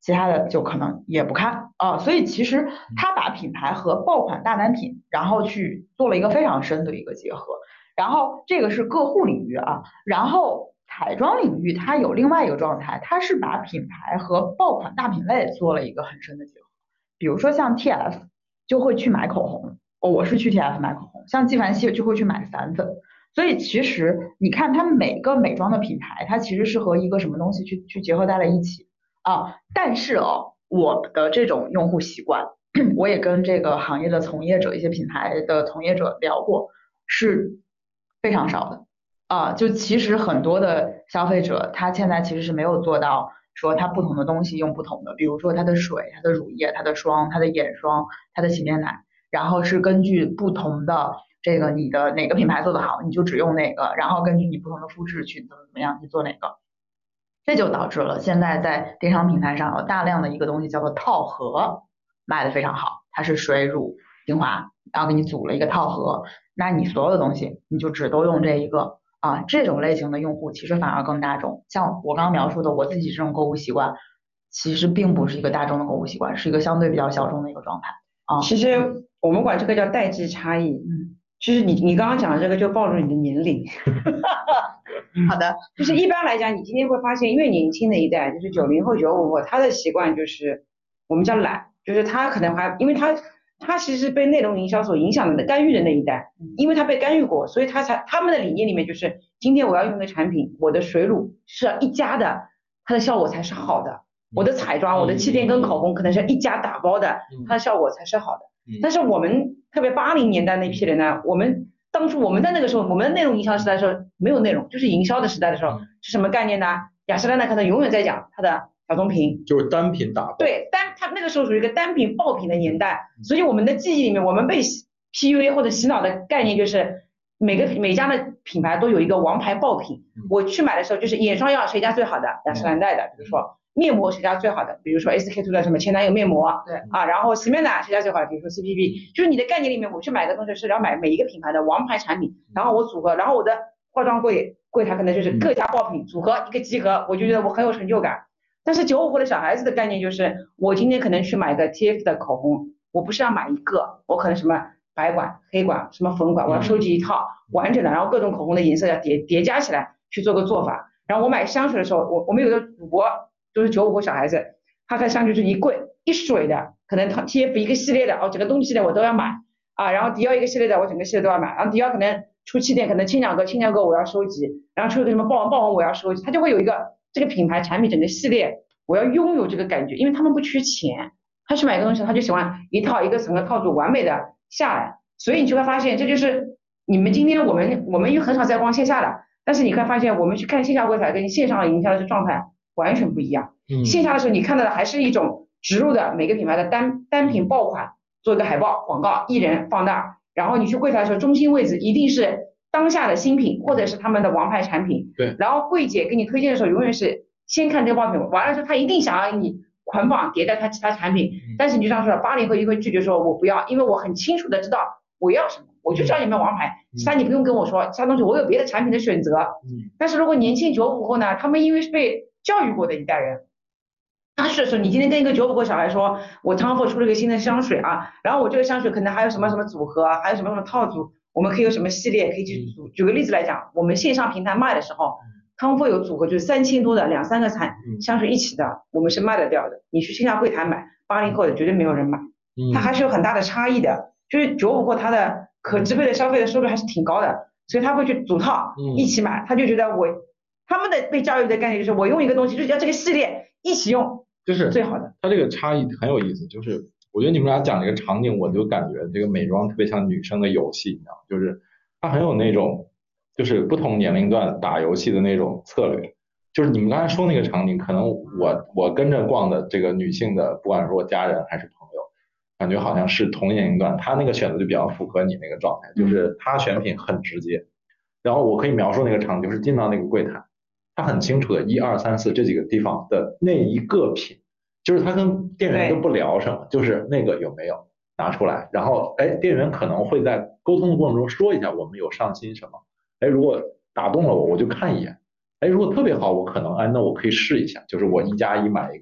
其他的就可能也不看啊。所以其实他把品牌和爆款大单品，然后去做了一个非常深的一个结合。然后这个是个护领域啊，然后彩妆领域它有另外一个状态，它是把品牌和爆款大品类做了一个很深的结合。比如说像 TF 就会去买口红，我是去 TF 买口红，像纪梵希就会去买散粉。所以其实你看它每个美妆的品牌，它其实是和一个什么东西去结合在了一起啊。但是哦，我的这种用户习惯，我也跟这个行业的从业者、一些品牌的从业者聊过，是非常少的啊。就其实很多的消费者，他现在其实是没有做到说他不同的东西用不同的，比如说它的水、它的乳液、它的霜、它的眼霜、它的洗面奶，然后是根据不同的这个你的哪个品牌做得好，你就只用哪个，然后根据你不同的肤质去怎么样去做哪个。这就导致了现在在电商平台上有大量的一个东西叫做套盒，卖的非常好，它是水乳精华，然后给你组了一个套盒，那你所有的东西你就只都用这一个啊，这种类型的用户其实反而更大众。像我刚刚描述的我自己这种购物习惯，其实并不是一个大众的购物习惯，是一个相对比较小众的一个状态啊。 其实我们管这个叫代际差异。其实你刚刚讲的这个就暴露你的年龄。 好的， 就是一般来讲，你今天会发现，越年轻的一代，就是90后、95后，他的习惯就是我们叫懒，就是他可能还因为他其实被内容营销所影响的干预的那一代，因为他被干预过，所以他们的理念里面就是今天我要用的产品，我的水乳是要一家的，它的效果才是好的。我的彩妆、我的气垫跟口红可能是一家打包的，它的效果才是好的。但是我们特别80年代那批人呢，当初我们在那个时候，我们的内容营销时代的时候没有内容，就是营销的时代的时候，是什么概念呢？雅诗兰黛可能永远在讲它的小棕瓶， 就是单品打包。 对，它那个时候属于一个单品爆品的年代，所以我们的记忆里面，我们被 PUA 或者洗脑的概念就是每家的品牌都有一个王牌爆品。我去买的时候就是眼霜要谁家最好的，雅诗兰黛的，比如说面膜谁家最好的，比如说 SK-II 的什么前男友面膜， 对啊，然后洗面奶谁家最好的，比如说 CPB， 就是你的概念里面，我去买个东西是要买每一个品牌的王牌产品，然后我组合，然后我的化妆柜台可能就是各家爆品组合一个集合，我就觉得我很有成就感。但是95后的小孩子的概念就是，我今天可能去买个 TF 的口红，我不是要买一个，我可能什么白管、黑管、什么粉管，我要收集一套完整的，然后各种口红的颜色要叠加起来去做个做法。然后我买香水的时候，我们有的主播都是95后小孩子，他的香水是一柜一水的，可能他 TF 一个系列的哦，整个东西系列我都要买啊，然后迪奥一个系列的我整个系列都要买，然后迪奥可能出气垫可能清两个我要收集，然后出一个什么爆王我要收集，它就会有一个这个品牌产品整个系列我要拥有这个感觉，因为他们不缺钱，他去买个东西他就喜欢一套一个整个套组完美的下来，所以你就会发现这就是你们今天我们又很少在逛线下的，但是你会发现我们去看线下柜台跟线上营销的状态完全不一样。线下的时候你看到的还是一种植入的每个品牌的单品爆款，做一个海报广告一人放大，然后你去柜台的时候中心位置一定是当下的新品或者是他们的王牌产品， 对， 然后柜姐给你推荐的时候永远是先看这个爆品，完了之后他一定想要你捆绑迭代他其他产品，但是你就像说了80后一定会拒绝说我不要，因为我很清楚的知道我要什么，我就知道你们王牌，其他你不用跟我说，其他东西我有别的产品的选择。但是如果年轻95后呢，他们因为是被教育过的一代人，他是说你今天跟一个95后小孩说，我 Tom Ford 出了一个新的香水啊，然后我这个香水可能还有什么什么组合，还有什么什么套组，我们可以有什么系列可以去组。举个例子来讲，我们线上平台卖的时候，Tom Ford 有组合就是3000多的2-3个香水一起的，我们是卖得掉的。你去线下柜台买，80后的绝对没有人买，它还是有很大的差异的。就是95后他的可支配的消费的收入还是挺高的，所以他会去组套一起买，他就觉得他们的被教育的概念就是我用一个东西就是要这个系列一起用。就是最好的， 它这个差异很有意思，就是我觉得你们俩讲这个场景，我就感觉这个美妆特别像女生的游戏，你知道吗？就是它很有那种，就是不同年龄段打游戏的那种策略。就是你们刚才说那个场景，可能我跟着逛的这个女性的，不管是我家人还是朋友，感觉好像是同年龄段，她那个选择就比较符合你那个状态，就是她选品很直接。然后我可以描述那个场景，就是进到那个柜台。他很清楚的1、2、3、4这几个地方的那一个品，就是他跟店员都不聊什么，就是那个有没有拿出来，然后店员可能会在沟通的过程中说一下我们有上新什么，如果打动了我就看一眼，如果特别好我可能那我可以试一下，就是我1+1买一个，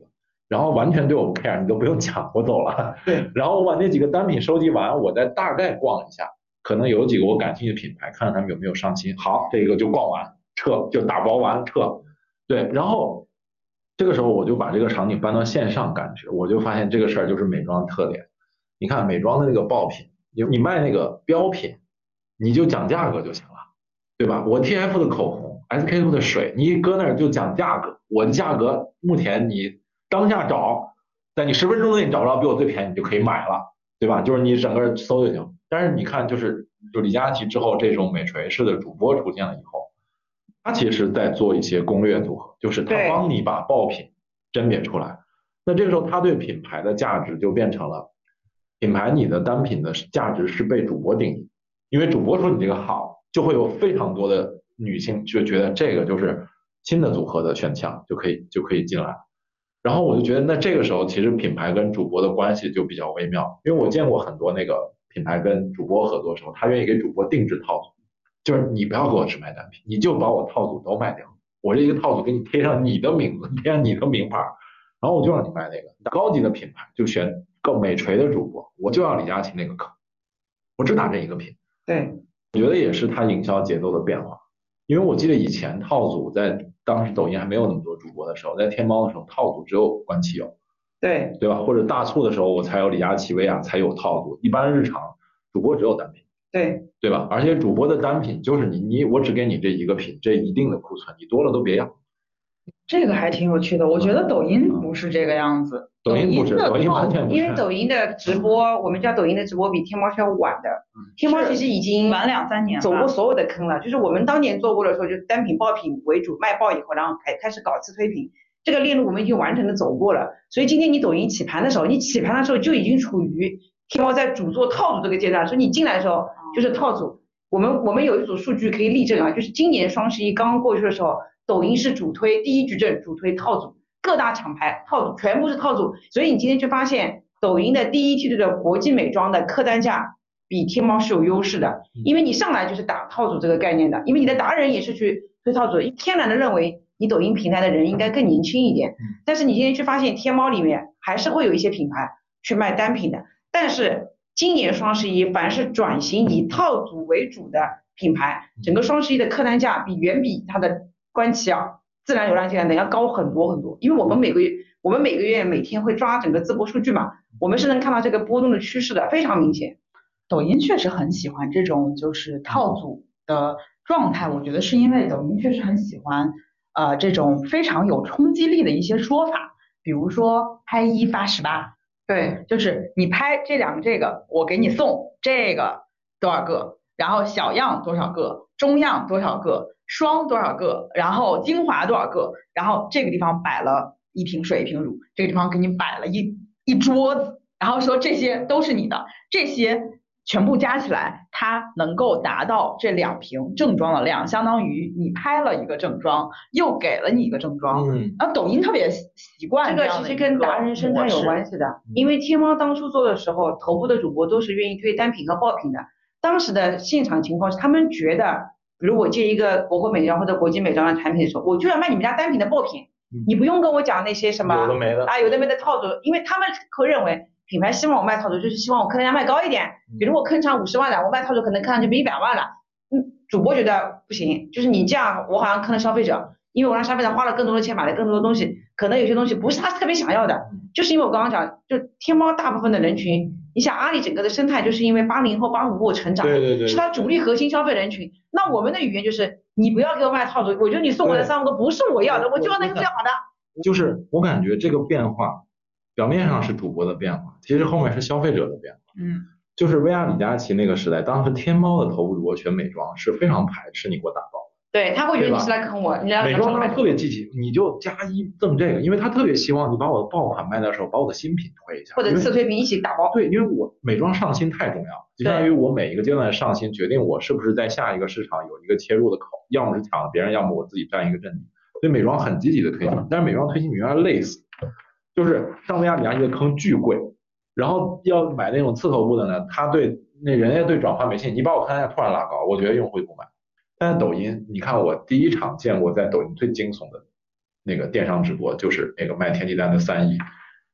然后完全对我不 care，你都不用讲，我走了。 对， 然后我把那几个单品收集完，我再大概逛一下，可能有几个我感兴趣的品牌，看看他们有没有上新。好，这个就逛完撤，就打包完撤。对，然后这个时候我就把这个场景搬到线上感知，我就发现这个事儿就是美妆特点。你看美妆的那个爆品，你卖那个标品，你就讲价格就行了，对吧？我 TF 的口红，SK-II 的水，你一搁那儿就讲价格，我的价格目前你当下找，在你10分钟内你找不着比我最便宜，你就可以买了，对吧？就是你整个搜就行。但是你看，就李佳琦之后这种美锤式的主播出现了以后，他其实在做一些攻略组合，就是他帮你把爆品甄别出来。那这个时候他对品牌的价值就变成了，品牌你的单品的价值是被主播定义，因为主播说你这个好，就会有非常多的女性就觉得这个就是新的组合的选项，就可以进来。然后我就觉得，那这个时候其实品牌跟主播的关系就比较微妙，因为我见过很多那个品牌跟主播合作的时候，他愿意给主播定制套组，就是你不要给我只卖单品，你就把我套组都卖掉，我这一个套组给你贴上你的名字，贴上你的名牌，然后我就让你卖那个。高级的品牌就选更美锤的主播，我就要李佳琦那个坑，我只打这一个品。 对， 我觉得也是它营销节奏的变化。因为我记得以前套组在当时抖音还没有那么多主播的时候，在天猫的时候套组只有关七有， 对， 对吧？或者大促的时候我才有李佳琦、薇娅才有套组，一般日常主播只有单品， 对， 对吧？而且主播的单品就是我只给你这一个品，这一定的库存，你多了都别要。 这个还挺有趣的，我觉得抖音不是这个样子， 抖音不是， 的抖音完全不是。 因为抖音的直播，我们叫抖音的直播比天猫是要晚的，天猫其实已经晚2-3年走过所有的坑了。就是我们当年做过的时候，就单品爆品为主，卖爆以后，然后开始搞自推品，这个链路我们已经完整的走过了。所以今天你抖音起盘的时候，你起盘的时候就已经处于天猫在主做套组这个阶段，所以你进来的时候就是套组。我们有一组数据可以例证啊，就是今年双11刚刚过去的时候，抖音是主推第一矩阵，主推套组，各大厂牌套组全部是套组，所以你今天就发现抖音的第一梯队的国际美妆的客单价比天猫是有优势的，因为你上来就是打套组这个概念的，因为你的达人也是去推套组，天然的认为你抖音平台的人应该更年轻一点，但是你今天去发现天猫里面还是会有一些品牌去卖单品的，但是今年双11凡是转型以套组为主的品牌，整个双11的客单价远比它的关系自然流量进来的要高很多很多，因为我们每个月每天会抓整个直播数据嘛，我们是能看到这个波动的趋势的，非常明显。 抖音确实很喜欢这种就是套组的状态，我觉得是因为抖音确实很喜欢这种非常有冲击力的一些说法，比如说拍1发18。 对， 就是你拍这个，我给你送这个多少个，然后小样多少个，中样多少个，霜多少个，然后精华多少个，然后这个地方摆了1瓶水1瓶乳，这个地方给你摆了一桌子，然后说这些都是你的，这些全部加起来，它能够达到这2瓶正装的量，相当于你拍了一个正装，又给了你一个正装。然后抖音特别习惯这个其实跟达人生态有关系的，因为天猫当初做的时候，头部的主播都是愿意推单品和爆品的。当时的现场情况是，他们觉得，比如我接一个国货美妆或者国际美妆的产品的时候，我就要卖你们家单品的爆品，你不用跟我讲那些什么有的没的有的没的套组，因为他们会认为。品牌希望我卖套组，就是希望我客单价卖高一点。比如我坑场50万的，我卖套组可能看上去变100万了。主播觉得不行，就是你这样，我好像坑了消费者，因为我让消费者花了更多的钱买了更多的东西，可能有些东西不是他特别想要的。就是因为我刚刚讲，就天猫大部分的人群，你想阿里整个的生态，就是因为80后、85后成长， 对， 是它主力核心消费人群。那我们的语言就是，你不要给我卖套组，我觉得你送我的3、5个不是我要的，我就要那个最好的。 就是我感觉这个变化。表面上是主播的变化，其实后面是消费者的变化。就是薇娅、李佳琦那个时代，当时天猫的头部主播选美妆是非常排斥你给我打包， 对，他会觉得你是来坑我，你来美妆他特别积极，你就加1赠这个，因为他特别希望你把我的爆款卖的时候，把我的新品推一下， 或者次推品一起打包。 对，因为我美妆上新太重要，就相当于我每一个阶段的上新，决定我是不是在下一个市场有一个切入的口，要么是抢了别人，要么我自己占一个阵地。所以美妆很积极的推进，但是美妆推进你原来累死。就是上薇娅、李佳琦的坑巨贵，然后要买那种次头部的呢，他对那人家对转化没信，你把我客单价突然拉高，我觉得用户就不买。但是抖音，你看我第一场见过在抖音最惊悚的那个电商直播，就是那个卖天地丹的3亿，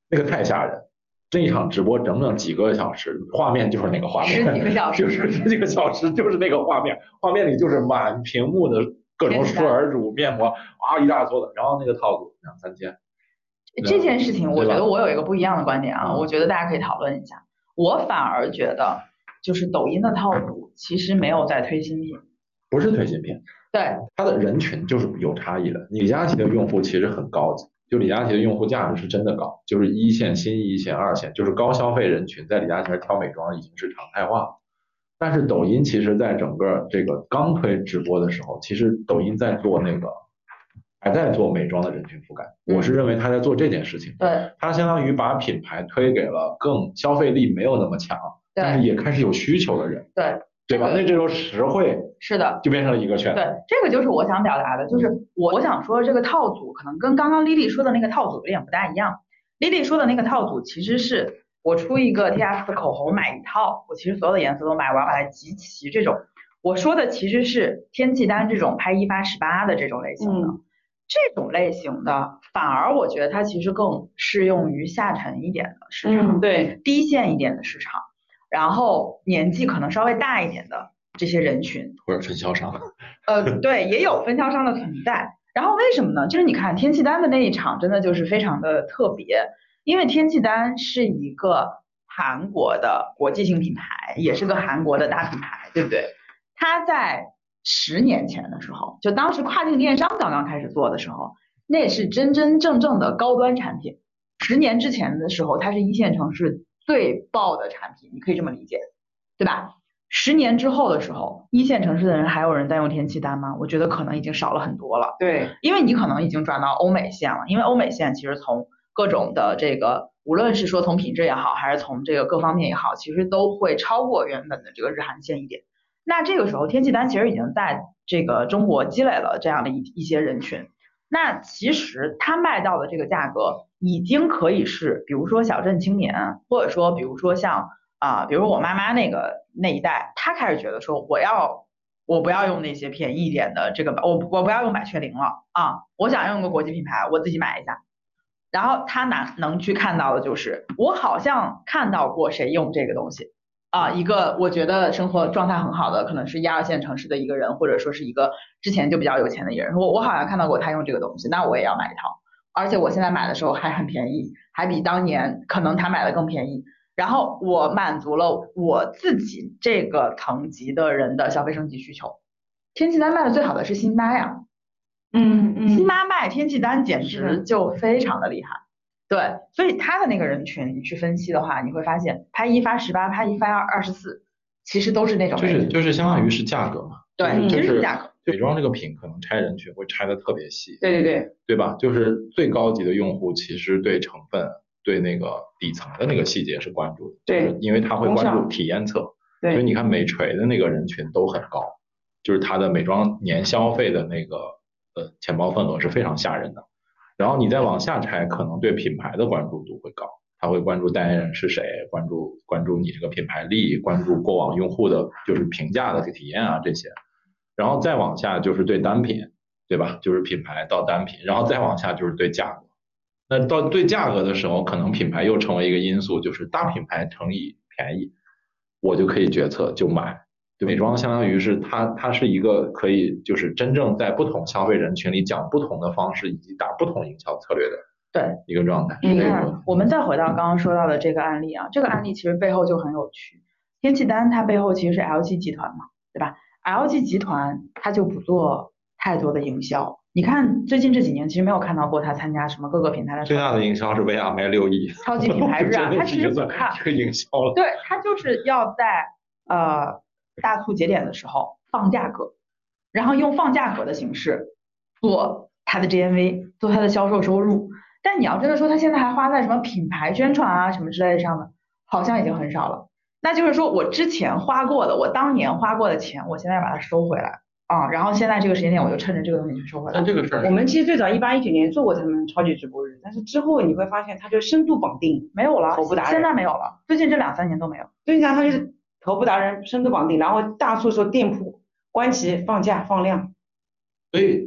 那个太吓人。这一场直播整整几个小时，画面就是那个画面， 十几个小时就是十几个小时，就是那个画面，画面里就是满屏幕的各种舒尔乳面膜啊，一大撮的，然后那个套组2、3千。 这件事情，我觉对吧得我有一个不一样的观点啊， 嗯我觉得大家可以讨论一下。我反而觉得，就是抖音的套组其实没有在推新品， 不是推新品， 对它的人群就是有差异的。李佳琦的用户其实很高级，就李佳琦的用户价值是真的高，就是一线、新一线、二线，就是高消费人群在李佳琦那挑美妆已经是常态化了。但是抖音其实在整个这个刚推直播的时候，其实抖音在做那个还在做美妆的人群覆盖，我是认为他在做这件事情， 对他相当于把品牌推给了更消费力没有那么强，但是对也开始有需求的人， 对， 对吧？那这时候实惠是的， 就变成了一个圈子。 对，这个就是我想表达的，就是我想说这个套组可能跟刚刚 Lily 说的那个套组有点不大一样。Lily 说的那个套组其实是我出一个 TF 的口红买一套，我其实所有的颜色都买，我要把它集齐这种。我说的其实是天气丹这种拍1发18的这种类型的。这种类型的，反而我觉得它其实更适用于下沉一点的市场， 对， 低线一点的市场，然后年纪可能稍微大一点的这些人群， 或者分销商。 对，也有分销商的存在。然后为什么呢？就是你看天气丹的那一场，真的就是非常的特别，因为天气丹是一个韩国的国际性品牌，也是个韩国的大品牌，对不对？它在10年前的时候，就当时跨境电商刚刚开始做的时候，那也是真真正正的高端产品。10年之前的时候，它是一线城市最爆的产品，你可以这么理解，对吧？10年之后的时候，一线城市的人还有人在用天气丹吗？我觉得可能已经少了很多了。 对， 因为你可能已经转到欧美线了，因为欧美线其实从各种的这个，无论是说从品质也好，还是从这个各方面也好，其实都会超过原本的这个日韩线一点。那这个时候，天气丹其实已经在这个中国积累了这样的一些人群。那其实它卖到的这个价格，已经可以是，比如说小镇青年，或者说比如说像比如我妈妈那一代，她开始觉得说我不要用那些便宜一点的这个，我不要用百雀羚了啊，我想用个国际品牌，我自己买一下。然后他能去看到的就是，我好像看到过谁用这个东西啊，一个我觉得生活状态很好的，可能是1、2线城市的一个人，或者说是一个之前就比较有钱的一个人，我好像看到过他用这个东西，那我也要买一套，而且我现在买的时候还很便宜，还比当年可能他买的更便宜。然后我满足了我自己这个层级的人的消费升级需求。天气丹卖的最好的是辛巴呀，辛巴卖天气丹简直就非常的厉害。对，所以他的那个人群你去分析的话，你会发现拍1发18，拍1发24，其实都是那种就是相当于是价格嘛。 对，其实是价格。 美妆这个品可能拆人群会拆的特别细。 对吧？就是最高级的用户其实对成分、对那个底层的那个细节是关注的。 对， 因为他会关注体验测。所以你看美锤的那个人群都很高，就是它的美妆年消费的那个钱包份额是非常吓人的。然后你再往下拆，可能对品牌的关注度会高，他会关注代言人是谁，关注你这个品牌力，关注过往用户的就是评价的体验啊这些。然后再往下就是对单品，对吧？就是品牌到单品，然后再往下就是对价格。那到对价格的时候，可能品牌又成为一个因素，就是大品牌乘以便宜，我就可以决策就买。美妆相当于是它是一个可以就是真正在不同消费人群里讲不同的方式以及打不同营销策略的对一个状态。 你看，我们再回到刚刚说到的这个案例啊，这个案例其实背后就很有趣。天气丹它背后其实是 LG 集团嘛，对吧？LG 集团它就不做太多的营销。你看最近这几年其实没有看到过它参加什么各个品牌的。 最大的营销是薇娅卖6亿。 超级品牌日啊，它其实不看这个营销了。 对，它就是要在大促节点的时候放价格，然后用放价格的形式做它的 GMV， 做它的销售收入。但你要真的说它现在还花在什么品牌宣传啊什么之类上的，好像已经很少了。那就是说我之前花过的，我当年花过的钱，我现在把它收回来啊，然后现在这个时间点我就趁着这个东西去收回来。 但这个事儿， 我们其实最早18、19年做过他们超级直播日，但是之后你会发现它就深度绑定没有了， 头部达人现在没有了，最近这2、3年都没有。 最近它就是头部达人深度绑定，然后大促说店铺关期放假放量。 所以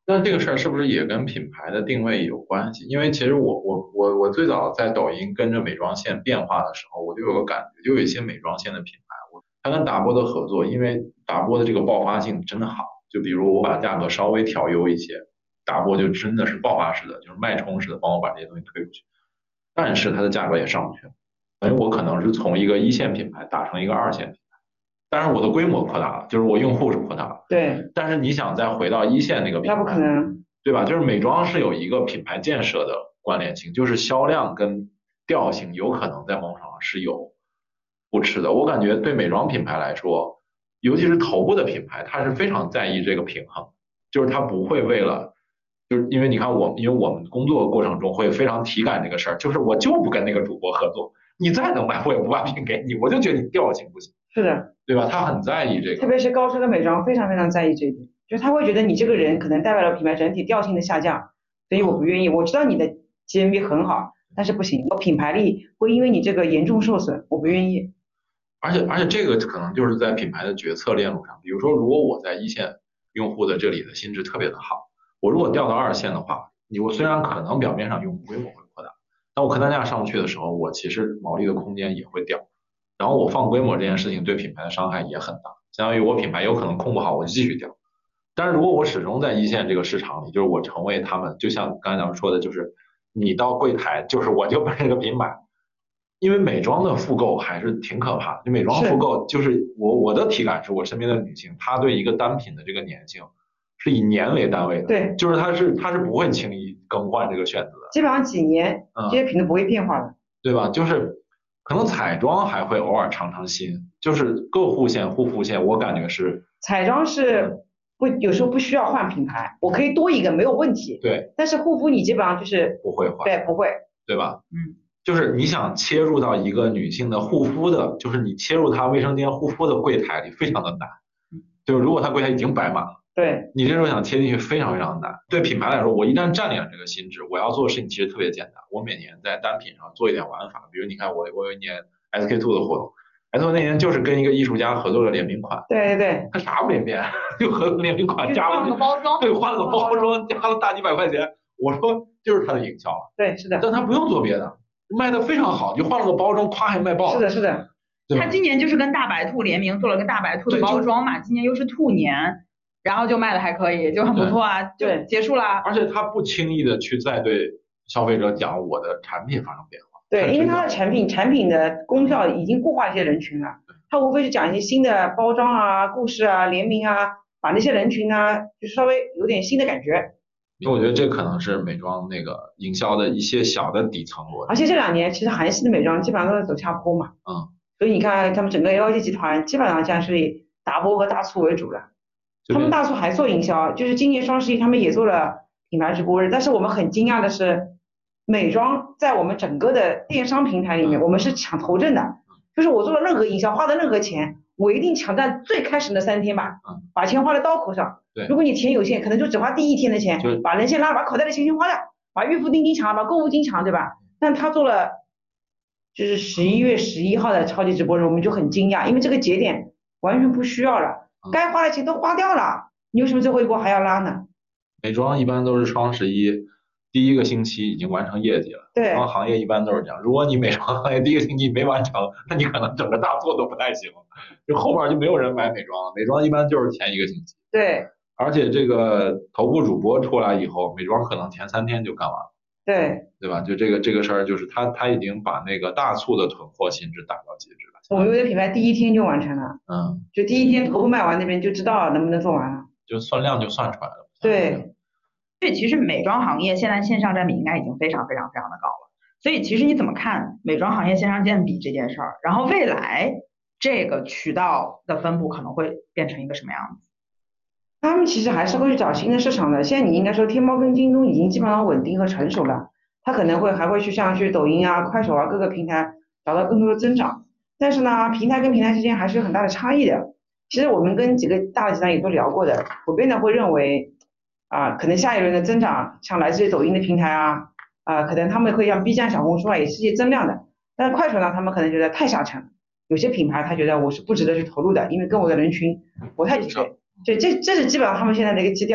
那这个事儿是不是也跟品牌的定位有关系？因为其实我最早在抖音跟着美妆线变化的时候，我就有个感觉，就有一些美妆线的品牌，它跟达波的合作，因为达波的这个爆发性真的好，就比如我把价格稍微调优一些，达波就真的是爆发式的，就是脉冲式的帮我把这些东西推出去，但是它的价格也上不去了，所以我可能是从一个一线品牌打成一个二线品牌。当然我的规模扩大了，就是我用户是扩大了， 对， 但是你想再回到一线那个品那不牌， 可能。 对吧？就是美妆是有一个品牌建设的关联性，就是销量跟调性有可能在某种程度上是有不吃的。我感觉对美妆品牌来说，尤其是头部的品牌，它是非常在意这个平衡，就是它不会为了，就是因为你看因为我们工作过程中会非常体感这个事儿，就是我就不跟那个主播合作，你再能买我也不把品给你，我就觉得你调性不行， 是的， 对吧？他很在意这个。 特别是高奢的美妆非常非常在意这一点，就是他会觉得你这个人可能代表了品牌整体调性的下降，所以我不愿意。我知道你的 GMV 很好，但是不行，我品牌力会因为你这个严重受损，我不愿意。 而且这个可能就是在品牌的决策链路上，比如说，如果我在一线用户的这里的心智特别的好，我如果调到二线的话，我虽然可能表面上用户规模会扩大，但我客单价上去的时候，我其实毛利的空间也会掉，然后我放规模这件事情对品牌的伤害也很大，相当于我品牌有可能控不好，我就继续掉。但是如果我始终在一线这个市场里，就是我成为他们，就像刚才咱们说的，就是你到柜台，就是我就把这个品买，因为美妆的复购还是挺可怕的。就美妆复购，就是我的体感是我身边的女性，她对一个单品的这个粘性是以年为单位的， 对， 就是她是不会轻易更换这个选择的， 基本上几年这些品都不会变化的， 对吧？就是可能彩妆还会偶尔尝尝新，就是各护线、护肤线，我感觉是彩妆是有时候不需要换品牌，我可以多一个没有问题。 对， 但是护肤你基本上就是不会换， 对，不会， 对吧？就是你想切入到一个女性的护肤的，就是你切入她卫生间护肤的柜台里，非常的难。就是如果她柜台已经摆满了， 对， 你这时候想切进去非常非常难。对品牌来说，我一旦占领了这个心智，我要做的事情其实特别简单。我每年在单品上做一点玩法，比如你看我有一年 SK-II 的活动，SK-II 那年就是跟一个艺术家合作了联名款， 对对对， 他啥没变，就合作联名款加换了个包装， 对，换了个包装，加了大几百块钱。我说就是他的营销了， 对，是的， 但他不用做别的。卖的非常好，就换了个包装，咵还卖爆了。 是的，是的。 他今年就是跟大白兔联名做了个大白兔的包装嘛，今年又是兔年，然后就卖的还可以，就很不错啊，就结束了。 而且他不轻易的去再对消费者讲我的产品发生变化。 对，因为它的产品的功效已经固化一些人群了，它无非是讲一些新的包装啊、故事啊、联名啊，把那些人群呢，就稍微有点新的感觉。 因为我觉得这可能是美妆那个营销的一些小的底层逻辑。 而且这2年其实韩系的美妆基本上都在走下坡嘛，所以你看他们整个 LG 集团基本上现在是以达波和大促为主的，他们大促还做营销，就是今年双11他们也做了品牌直播日，但是我们很惊讶的是，美妆在我们整个的电商平台里面，我们是抢头阵的，就是我做了任何营销，花的任何钱，我一定抢在最开始的3天吧，把钱花在刀口上。如果你钱有限，可能就只花第1天的钱，把人先拉，把口袋的钱先花掉，把预付定金抢了，把购物金抢了，对吧？但他做了，就是11月11号的超级直播日，我们就很惊讶，因为这个节点完全不需要了，该花的钱都花掉了，你为什么最后一波还要拉呢？ 美妆一般都是双11第1个星期已经完成业绩了， 对， 美妆行业一般都是这样。如果你美妆行业第1个星期没完成，那你可能整个大促都不太行，就后边就没有人买美妆了。美妆一般就是前1个星期。 对。 而且这个头部主播出来以后，美妆可能前3天就干完了，对吧？就这个事儿，就是他已经把那个大促的囤货心智打到极致了。 我们有的品牌第1天就完成了，就第1天头部卖完那边就知道能不能做完了， 就算量就算出来了。 对， 所以其实美妆行业现在线上占比应该已经非常非常非常的高了。所以其实你怎么看美妆行业线上占比这件事儿？然后未来这个渠道的分布可能会变成一个什么样子？ 他们其实还是会去找新的市场的。现在你应该说天猫跟京东已经基本上稳定和成熟了，它可能还会去抖音啊、快手啊各个平台找到更多的增长。但是呢，平台跟平台之间还是有很大的差异的。其实我们跟几个大的集团也都聊过的，普遍的会认为可能下一轮的增长像来自于抖音的平台可能他们会像 B 站、小红书也是一些增量的。但是快手呢，他们可能觉得太下沉，有些品牌他觉得我是不值得去投入的，因为跟我的人群不太匹配。对，这是基本上他们现在的一个基调。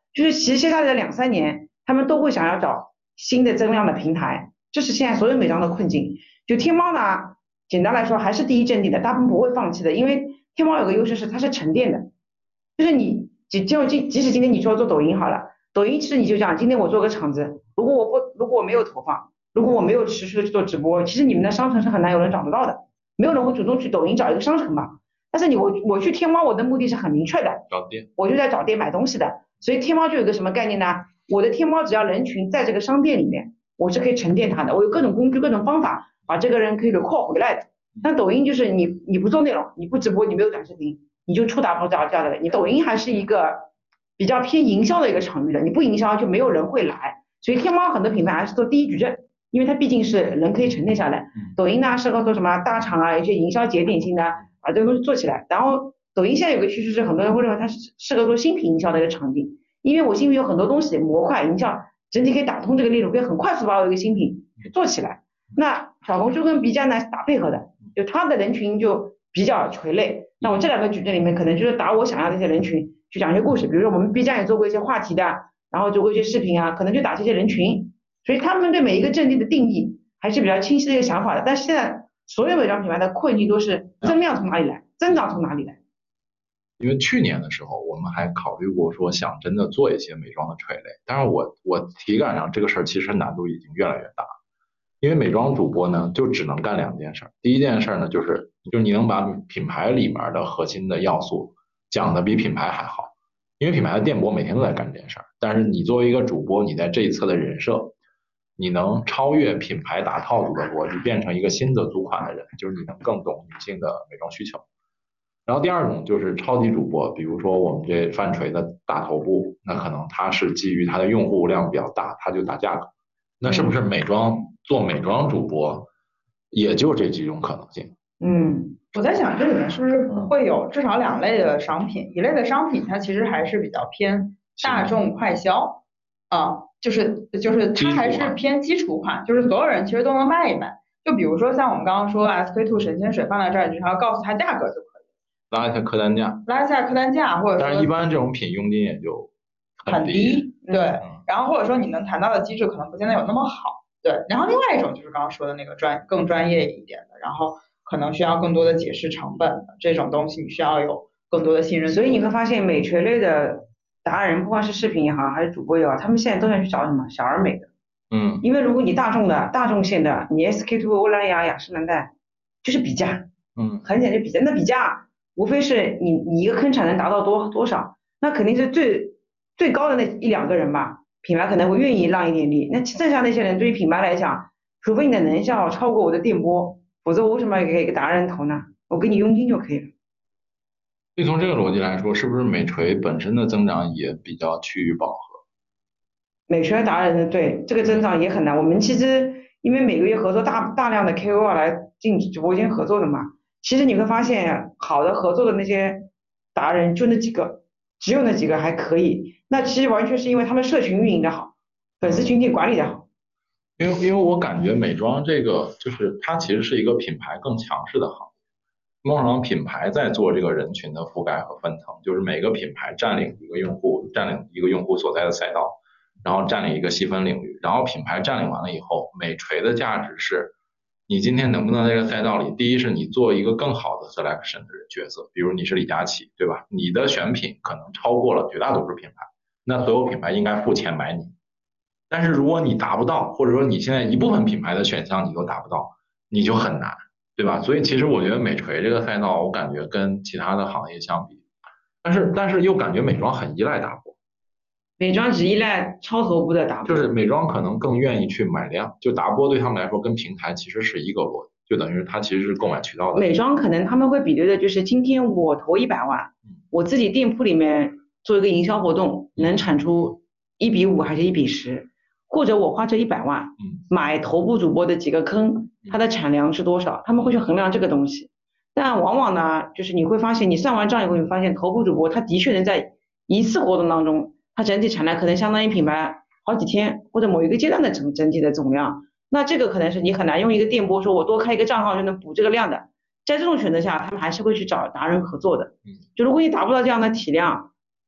就是其实接下来的2、3年，他们都会想要找新的增量的平台，这是现在所有美妆的困境。就天猫呢，简单来说还是第一阵地的，他们不会放弃的，因为天猫有个优势是它是沉淀的，就是你即使今天你说做抖音好了，抖音其实你就讲今天我做个场子，如果我没有投放，如果我没有持续的去做直播，其实你们的商城是很难有人找得到的，没有人会主动去抖音找一个商城嘛。但是我去天猫，我的目的是很明确的， 找店， 我就在找店买东西的，所以天猫就有个什么概念呢？我的天猫只要人群在这个商店里面，我是可以沉淀它的，我有各种工具、各种方法把这个人可以recall回来的。但抖音就是你不做内容，你不直播，你没有短视频，你就触达不到这样的人。你抖音还是一个比较偏营销的一个场域的，你不营销就没有人会来。所以天猫很多品牌还是做第一矩阵，因为它毕竟是人可以沉淀下来。抖音呢适合做什么大厂啊，有些营销节点性的把这个东西做起来。然后抖音现在有个趋势是，很多人会认为它是适合做新品营销的一个场景，因为我新品有很多东西模块营销整体可以打通这个链路，可以很快速把我一个新品做起来。那小红书跟 B 站呢打配合的，就它的人群就比较垂类。那我这2个矩阵里面，可能就是打我想要的一些人群去讲一些故事，比如说我们 B 站也做过一些话题的，然后做过一些视频啊，可能就打这些人群。所以他们对每一个阵地的定义还是比较清晰的一个想法的。但是现在所有美妆品牌的困境都是增量从哪里来，增长从哪里来。 因为去年的时候，我们还考虑过说想真的做一些美妆的垂类，但是我体感上这个事儿其实难度已经越来越大，因为美妆主播呢就只能干2件事。第一件事呢就是你能把品牌里面的核心的要素讲得比品牌还好，因为品牌的店播每天都在干这件事儿，但是你作为一个主播，你在这一侧的人设，你能超越品牌打套路的逻辑，变成一个新的组款的人，就是你能更懂女性的美妆需求。然后第二种就是超级主播，比如说我们这泛锤的大头部，那可能它是基于它的用户量比较大，它就打价格。那是不是做美妆主播也就这几种可能性？ 我在想这里面是不是会有至少2类的商品，一类的商品它其实还是比较偏大众快销啊，就是它还是偏基础款，就是所有人其实都能卖一卖。就比如说像我们刚刚说 SK-II 神仙水放在这儿，你只要告诉他价格就可以。 拉一下客单价， 或者说， 但是一般这种品佣金也就很低，对。然后或者说你能谈到的机制可能不见得有那么好，对。然后另外一种就是刚刚说的那个更专业一点的，然后可能需要更多的解释成本的这种东西，你需要有更多的信任。 所以你会发现美垂类的达人，不管是视频也好，还是主播也好，他们现在都想去找什么小而美的。因为如果你大众线的，你 SK-II、欧莱雅、雅诗兰黛就是比价，很简单比价，那比价无非是你一个坑产能达到多少，那肯定是最高的那1、2个人吧，品牌可能会愿意让一点利。那剩下那些人对于品牌来讲，除非你的能效超过我的电波，否则我为什么要给一个达人投呢？我给你佣金就可以了。 所以从这个逻辑来说，是不是美锤本身的增长也比较趋于饱和？ 美锤达人的对这个增长也很难。我们其实因为每个月合作大量的 KOL 来进直播间合作的嘛。其实你会发现，好的合作的那些达人就那几个，只有那几个还可以。那其实完全是因为他们社群运营的好，粉丝群体管理的好。 因为我感觉美妆这个就是它其实是一个品牌更强势的行业，某种上品牌在做这个人群的覆盖和分层，就是每个品牌占领一个用户所在的赛道，然后占领一个细分领域，然后品牌占领完了以后，美锤的价值是。你今天能不能在这个赛道里，第一是你做一个更好的 selection 的角色，比如你是李佳琦，对吧？你的选品可能超过了绝大多数品牌，那所有品牌应该付钱买你。但是如果你达不到，或者说你现在一部分品牌的选项你都达不到，你就很难，对吧？所以其实我觉得美锤这个赛道，我感觉跟其他的行业相比，但是又感觉美妆很依赖大波。 美妆只依赖超头部的达播， 就是美妆可能更愿意去买量，就达播对他们来说跟平台其实是一个逻辑，就等于它其实是购买渠道的。 美妆可能他们会比对的就是今天我投100万，我自己店铺里面做一个营销活动，能产出1:5还是1:10，或者我花这100万买头部主播的几个坑，它的产量是多少，他们会去衡量这个东西。但往往呢，就是你会发现你算完账以后，你发现头部主播他的确能在一次活动当中。它整体产量可能相当于品牌好几天或者某一个阶段的整体的总量，那这个可能是你很难用一个电波说我多开一个账号就能补这个量的。在这种选择下，他们还是会去找达人合作的。就如果你达不到这样的体量，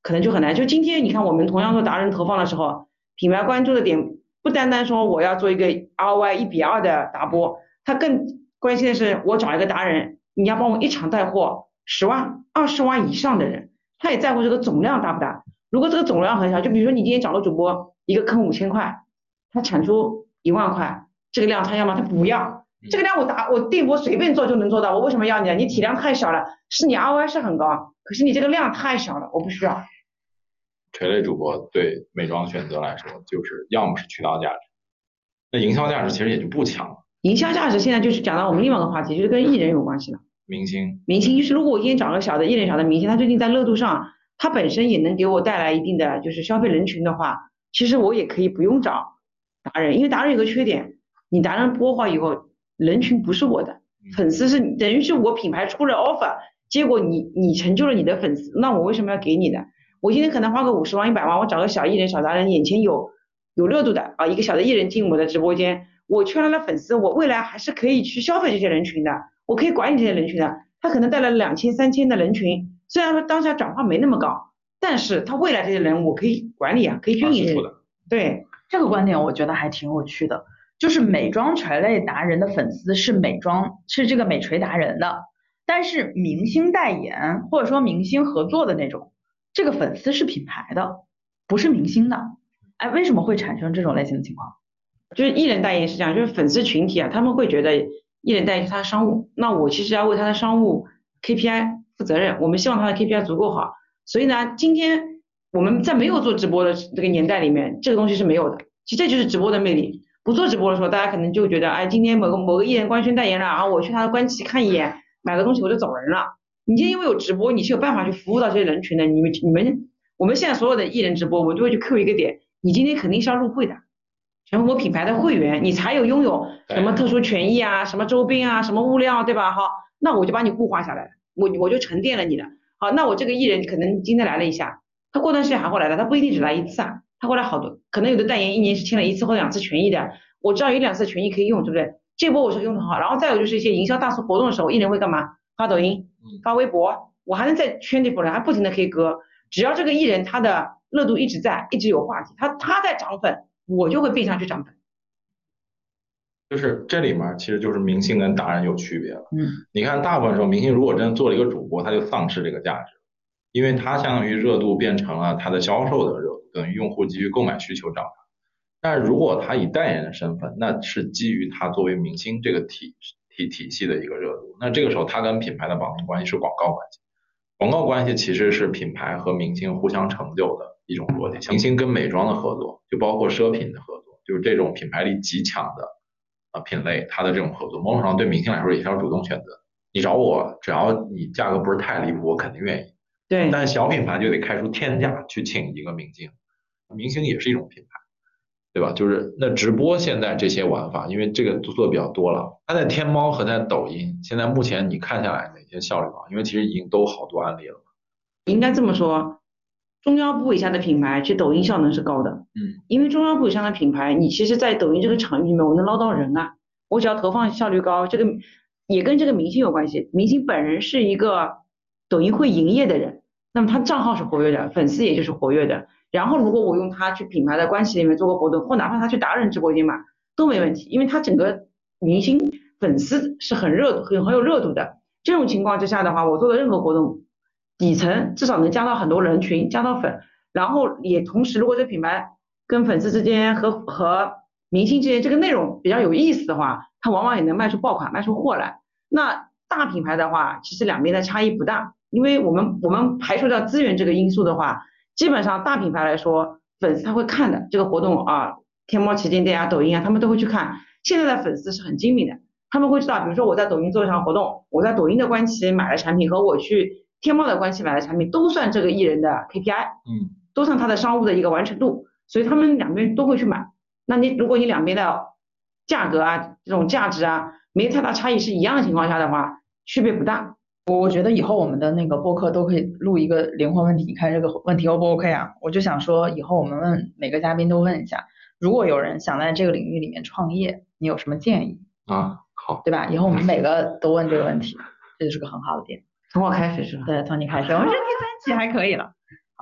可能就很难。就今天你看我们同样做达人投放的时候，品牌关注的点不单单说我要做一个 ROI 1:2的达播，他更关心的是我找一个达人，你要帮我一场带货10万、20万以上的人，他也在乎这个总量大不大。如果这个总量很小，就比如说你今天找了主播一个坑5000块，他产出1万块，这个量他要吗？他不要。这个量我电波随便做就能做到，我为什么要你啊？你体量太小了，是你 ROI 是很高，可是你这个量太小了，我不需要。 垂类主播对美妆选择来说，就是要么是渠道价值，那营销价值其实也就不强了。 营销价值现在就是讲到我们另外一个话题，就是跟艺人有关系了。 明星就是如果我今天找个小的艺人、小的明星，他最近在热度上，他本身也能给我带来一定的就是消费人群的话，其实我也可以不用找达人，因为达人有个缺点，你达人播化以后，人群不是我的，粉丝是等于是我品牌出了 offer， 结果你成就了你的粉丝，那我为什么要给你的？我今天可能花个50万、100万，我找个小艺人、小达人，眼前有热度的啊，一个小的艺人进我的直播间，我圈来了粉丝，我未来还是可以去消费这些人群的，我可以管理这些人群的。他可能带来2000、3000的人群，虽然说当下转化没那么高，但是他未来这些人我可以管理啊，可以运营。对， 这个观点我觉得还挺有趣的，就是美妆垂类达人的粉丝是这个美垂达人的，但是明星代言或者说明星合作的那种，这个粉丝是品牌的，不是明星的。哎，为什么会产生这种类型的情况？ 就是艺人代言是这样，就是粉丝群体啊，他们会觉得艺人代言是他的商务，那我其实要为他的商务 KPI 负责任，我们希望他的 KPI 足够好，所以呢，今天我们在没有做直播的这个年代里面，这个东西是没有的。其实这就是直播的魅力。不做直播的时候，大家可能就觉得，哎，今天某个艺人官宣代言了啊，我去他的官旗看一眼，买个东西我就走人了。你今天因为有直播，你是有办法去服务到这些人群的。我们现在所有的艺人直播，我们就会去 Q 一个点，你今天肯定是要入会的。全国品牌的会员，你才有拥有什么特殊权益啊，什么周边啊，什么物料，对吧？好，那我就把你固化下来，我就沉淀了你了。好，那我这个艺人可能今天来了一下，他过段时间还会来的，他不一定只来一次啊，他会来好多，可能有的代言1年是签了1次或者2次权益的，我知道有1、2次权益可以用，对不对？这波我是用的好，然后再有就是一些营销大促活动的时候，艺人会干嘛？发抖音、发微博，我还能再圈这波人，还不停的可以割，只要这个艺人他的热度一直在，一直有话题，他在涨粉。我就会变相去涨粉， 就是这里面其实就是明星跟达人有区别了。你看大部分时候明星如果真的做了一个主播，他就丧失这个价值，因为他相当于热度变成了他的销售的热度，等于用户基于购买需求找他。但是如果他以代言的身份，那是基于他作为明星这个体系的一个热度，那这个时候他跟品牌的绑定关系是广告关系。广告关系其实是品牌和明星互相成就的一种逻辑。明星跟美妆的合作，就包括奢品的合作，就是这种品牌力极强的品类，它的这种合作，某种上对明星来说也是要主动选择。你找我，只要你价格不是太离谱，我肯定愿意。 对。 但小品牌就得开出天价去请一个明星，明星也是一种品牌，对吧？就是那直播现在这些玩法，因为这个做的比较多了，它在天猫和在抖音，现在目前你看下来哪些效率高？因为其实已经都好多案例了。 应该这么说，中腰部以下的品牌，其实抖音效能是高的。因为中腰部以上的品牌，你其实在抖音这个场域里面，我能捞到人啊，我只要投放效率高，这个也跟这个明星有关系。明星本人是一个抖音会营业的人，那么他账号是活跃的，粉丝也就是活跃的。然后如果我用他去品牌的关系里面做个活动，或哪怕他去达人直播间嘛，都没问题，因为他整个明星粉丝是很有热度的。这种情况之下的话，我做的任何活动，底层至少能加到很多人群，加到粉，然后也同时，如果这品牌跟粉丝之间和明星之间这个内容比较有意思的话，它往往也能卖出爆款，卖出货来。那大品牌的话，其实两边的差异不大，因为我们排除掉资源这个因素的话，基本上大品牌来说，粉丝他会看的这个活动啊，天猫旗舰店啊、抖音啊，他们都会去看。现在的粉丝是很精明的，他们会知道，比如说我在抖音做一场活动，我在抖音的关系买的产品和我去天猫的关系买的产品都算这个艺人的 KPI，都算他的商务的一个完成度，所以他们两边都会去买。那如果你两边的价格啊、这种价值啊没太大差异是一样的情况下的话，区别不大。 我觉得以后我们的那个播客都可以录一个灵魂问题，你看这个问题 O 不 OK 啊？我就想说，以后我们问每个嘉宾都问一下，如果有人想在这个领域里面创业，你有什么建议啊？好， 对吧？以后我们每个都问这个问题，这就是个很好的点。 从我开始是吧？ 对，从你开始，我们这第3期还可以了。好，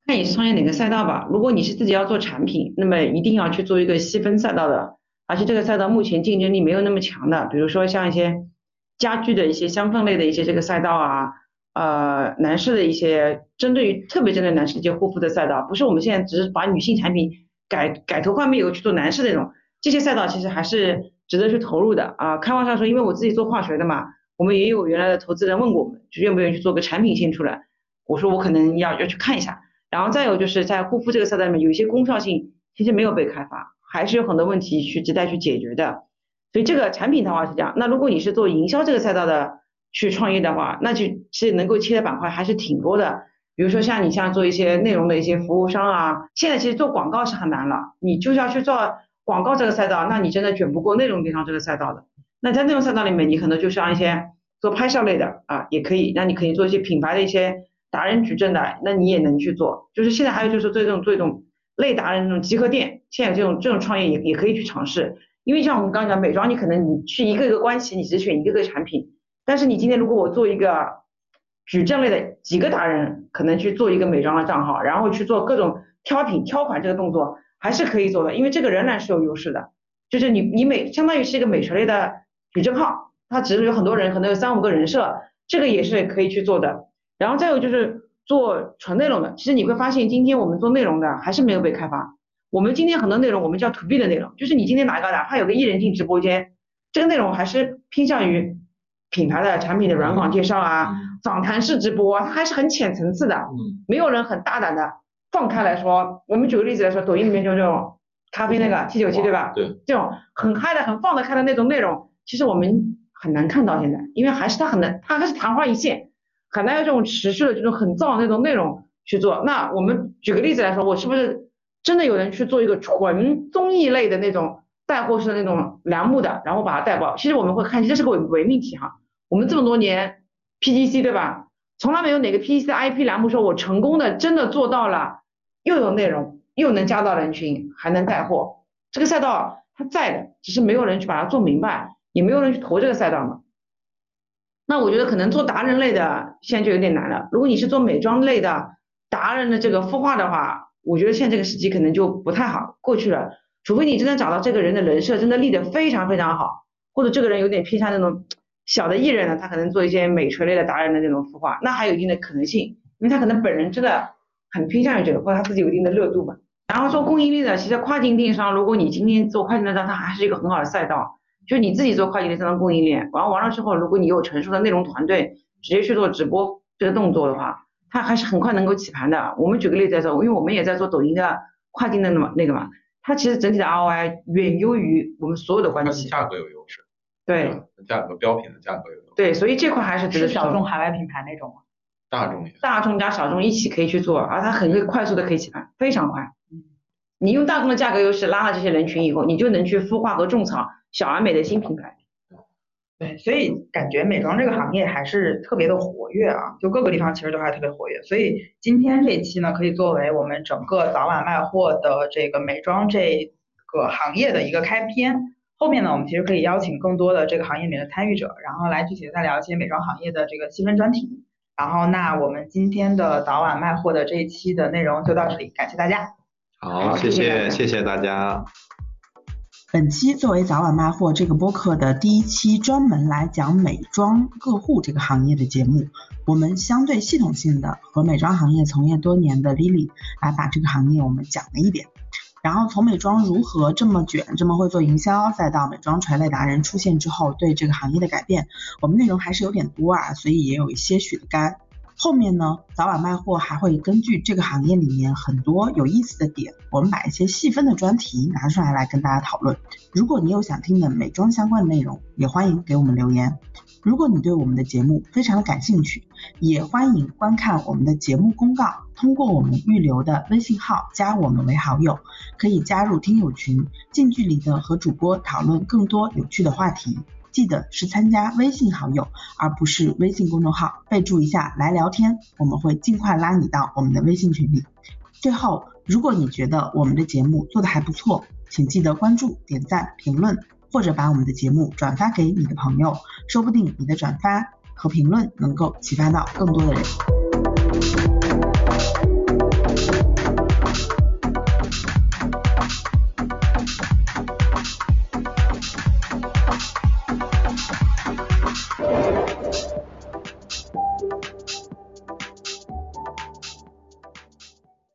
看你是创业哪个赛道吧。如果你是自己要做产品，那么一定要去做一个细分赛道的，而且这个赛道目前竞争力没有那么强的，比如说像一些家居的一些香氛类的一些这个赛道啊，男士的一些特别针对男士一些护肤的赛道，不是我们现在只是把女性产品改头换面以后去做男士那种，这些赛道其实还是值得去投入的啊。开玩笑说，因为我自己做化学的嘛，我们也有原来的投资人问过我们，就愿不愿意去做个产品线出来，我说我可能要去看一下。然后再有就是在护肤这个赛道里面，有一些功效性其实没有被开发，还是有很多问题亟待去解决的。所以这个产品的话是这样，那如果你是做营销这个赛道的去创业的话，那其实能够切的板块还是挺多的。比如说像你像做一些内容的一些服务商啊，现在其实做广告是很难了，你就是要去做广告这个赛道，那你真的卷不过内容电商这个赛道的。那在内容赛道里面，你可能就像一些做拍摄类的啊，也可以，那你可以做一些品牌的一些达人矩阵的，那你也能去做。就是现在还有就是做这种类达人那种集合店，现在有这种创业也可以去尝试。因为像我们刚刚讲美妆，你可能你去一个个关系，你只选一个个产品，但是你今天如果我做一个矩阵类的几个达人，可能去做一个美妆的账号，然后去做各种挑品挑款这个动作，还是可以做的，因为这个仍然是有优势的。就是你相当于是一个美锤类的矩阵号，它只是有很多人，可能有3-5个人设，这个也是可以去做的。然后再有就是做纯内容的，其实你会发现今天我们做内容的还是没有被开发。我们今天很多内容我们叫 to B 的内容，就是你今天哪怕有个艺人进直播间，这个内容还是偏向于品牌的产品的软广介绍啊，访谈式直播，它还是很浅层次的，没有人很大胆的放开来说。我们举个例子来说，抖音里面就这种咖啡那个 T97对吧？ 对， 这种很嗨的、很放得开的那种内容，其实我们很难看到现在，因为还是它还是昙花一现，很难有这种持续的这种很燥的那种内容去做。那我们举个例子来说，我是不是真的有人去做一个纯综艺类的那种带货式的那种栏目的，然后把它带爆？其实我们会看，这是个伪命题哈。我们这么多年 PGC 对吧，从来没有哪个 PGC 的 IP 栏目说我成功的真的做到了，又有内容，又能加到人群，还能带货。这个赛道它在的，只是没有人去把它做明白，也没有人去投这个赛道嘛。那我觉得可能做达人类的现在就有点难了。如果你是做美妆类的达人的这个孵化的话，我觉得现在这个时机可能就不太好，过去了。除非你真的找到这个人的人设真的立得非常非常好，或者这个人有点偏向那种小的艺人呢，他可能做一些美垂类的达人的那种孵化，那还有一定的可能性，因为他可能本人真的很偏向于这个，或者他自己有一定的热度嘛。然后做供应链的，其实跨境电商，如果你今天做跨境电商，它还是一个很好的赛道，就是你自己做跨境电商的供应链，然后完了之后，如果你有成熟的内容团队，直接去做直播这个动作的话，它还是很快能够起盘的。我们举个例子来说，因为我们也在做抖音的跨境的那个嘛，它其实整体的 ROI 远优于我们所有的关系。 价格有优势。 对， 价格标品的价格有优势。 对，所以这块还是值得是小众海外品牌那种吗？ 大众加小众一起可以去做，而它很快速的可以起盘，非常快。你用大众的价格优势拉了这些人群以后，你就能去孵化和种草小而美的新品牌。 对，所以感觉美妆这个行业还是特别的活跃啊，就各个地方其实都还特别活跃。所以今天这一期呢，可以作为我们整个早晚卖货的这个美妆这个行业的一个开篇。后面呢，我们其实可以邀请更多的这个行业里面的参与者，然后来具体的再聊一些美妆行业的这个细分专题。然后那我们今天的早晚卖货的这一期的内容就到这里，感谢大家。 好，谢谢大家。 本期作为早晚卖货这个播客的第一期专门来讲美妆个护这个行业的节目，我们相对系统性的和美妆行业从业多年的 Lily 来把这个行业我们讲了一遍。然后从美妆如何这么卷，这么会做营销，再到美妆垂类达人出现之后对这个行业的改变，我们内容还是有点多啊，所以也有一些许的干。后面呢，早晚卖货还会根据这个行业里面很多有意思的点，我们把一些细分的专题拿出来跟大家讨论。如果你有想听的美妆相关的内容，也欢迎给我们留言。如果你对我们的节目非常的感兴趣，也欢迎观看我们的节目公告，通过我们预留的微信号加我们为好友，可以加入听友群，近距离的和主播讨论更多有趣的话题。记得是参加微信好友，而不是微信公众号，备注一下来聊天，我们会尽快拉你到我们的微信群里。最后，如果你觉得我们的节目做得还不错，请记得关注、点赞、评论，或者把我们的节目转发给你的朋友，说不定你的转发和评论能够启发到更多的人。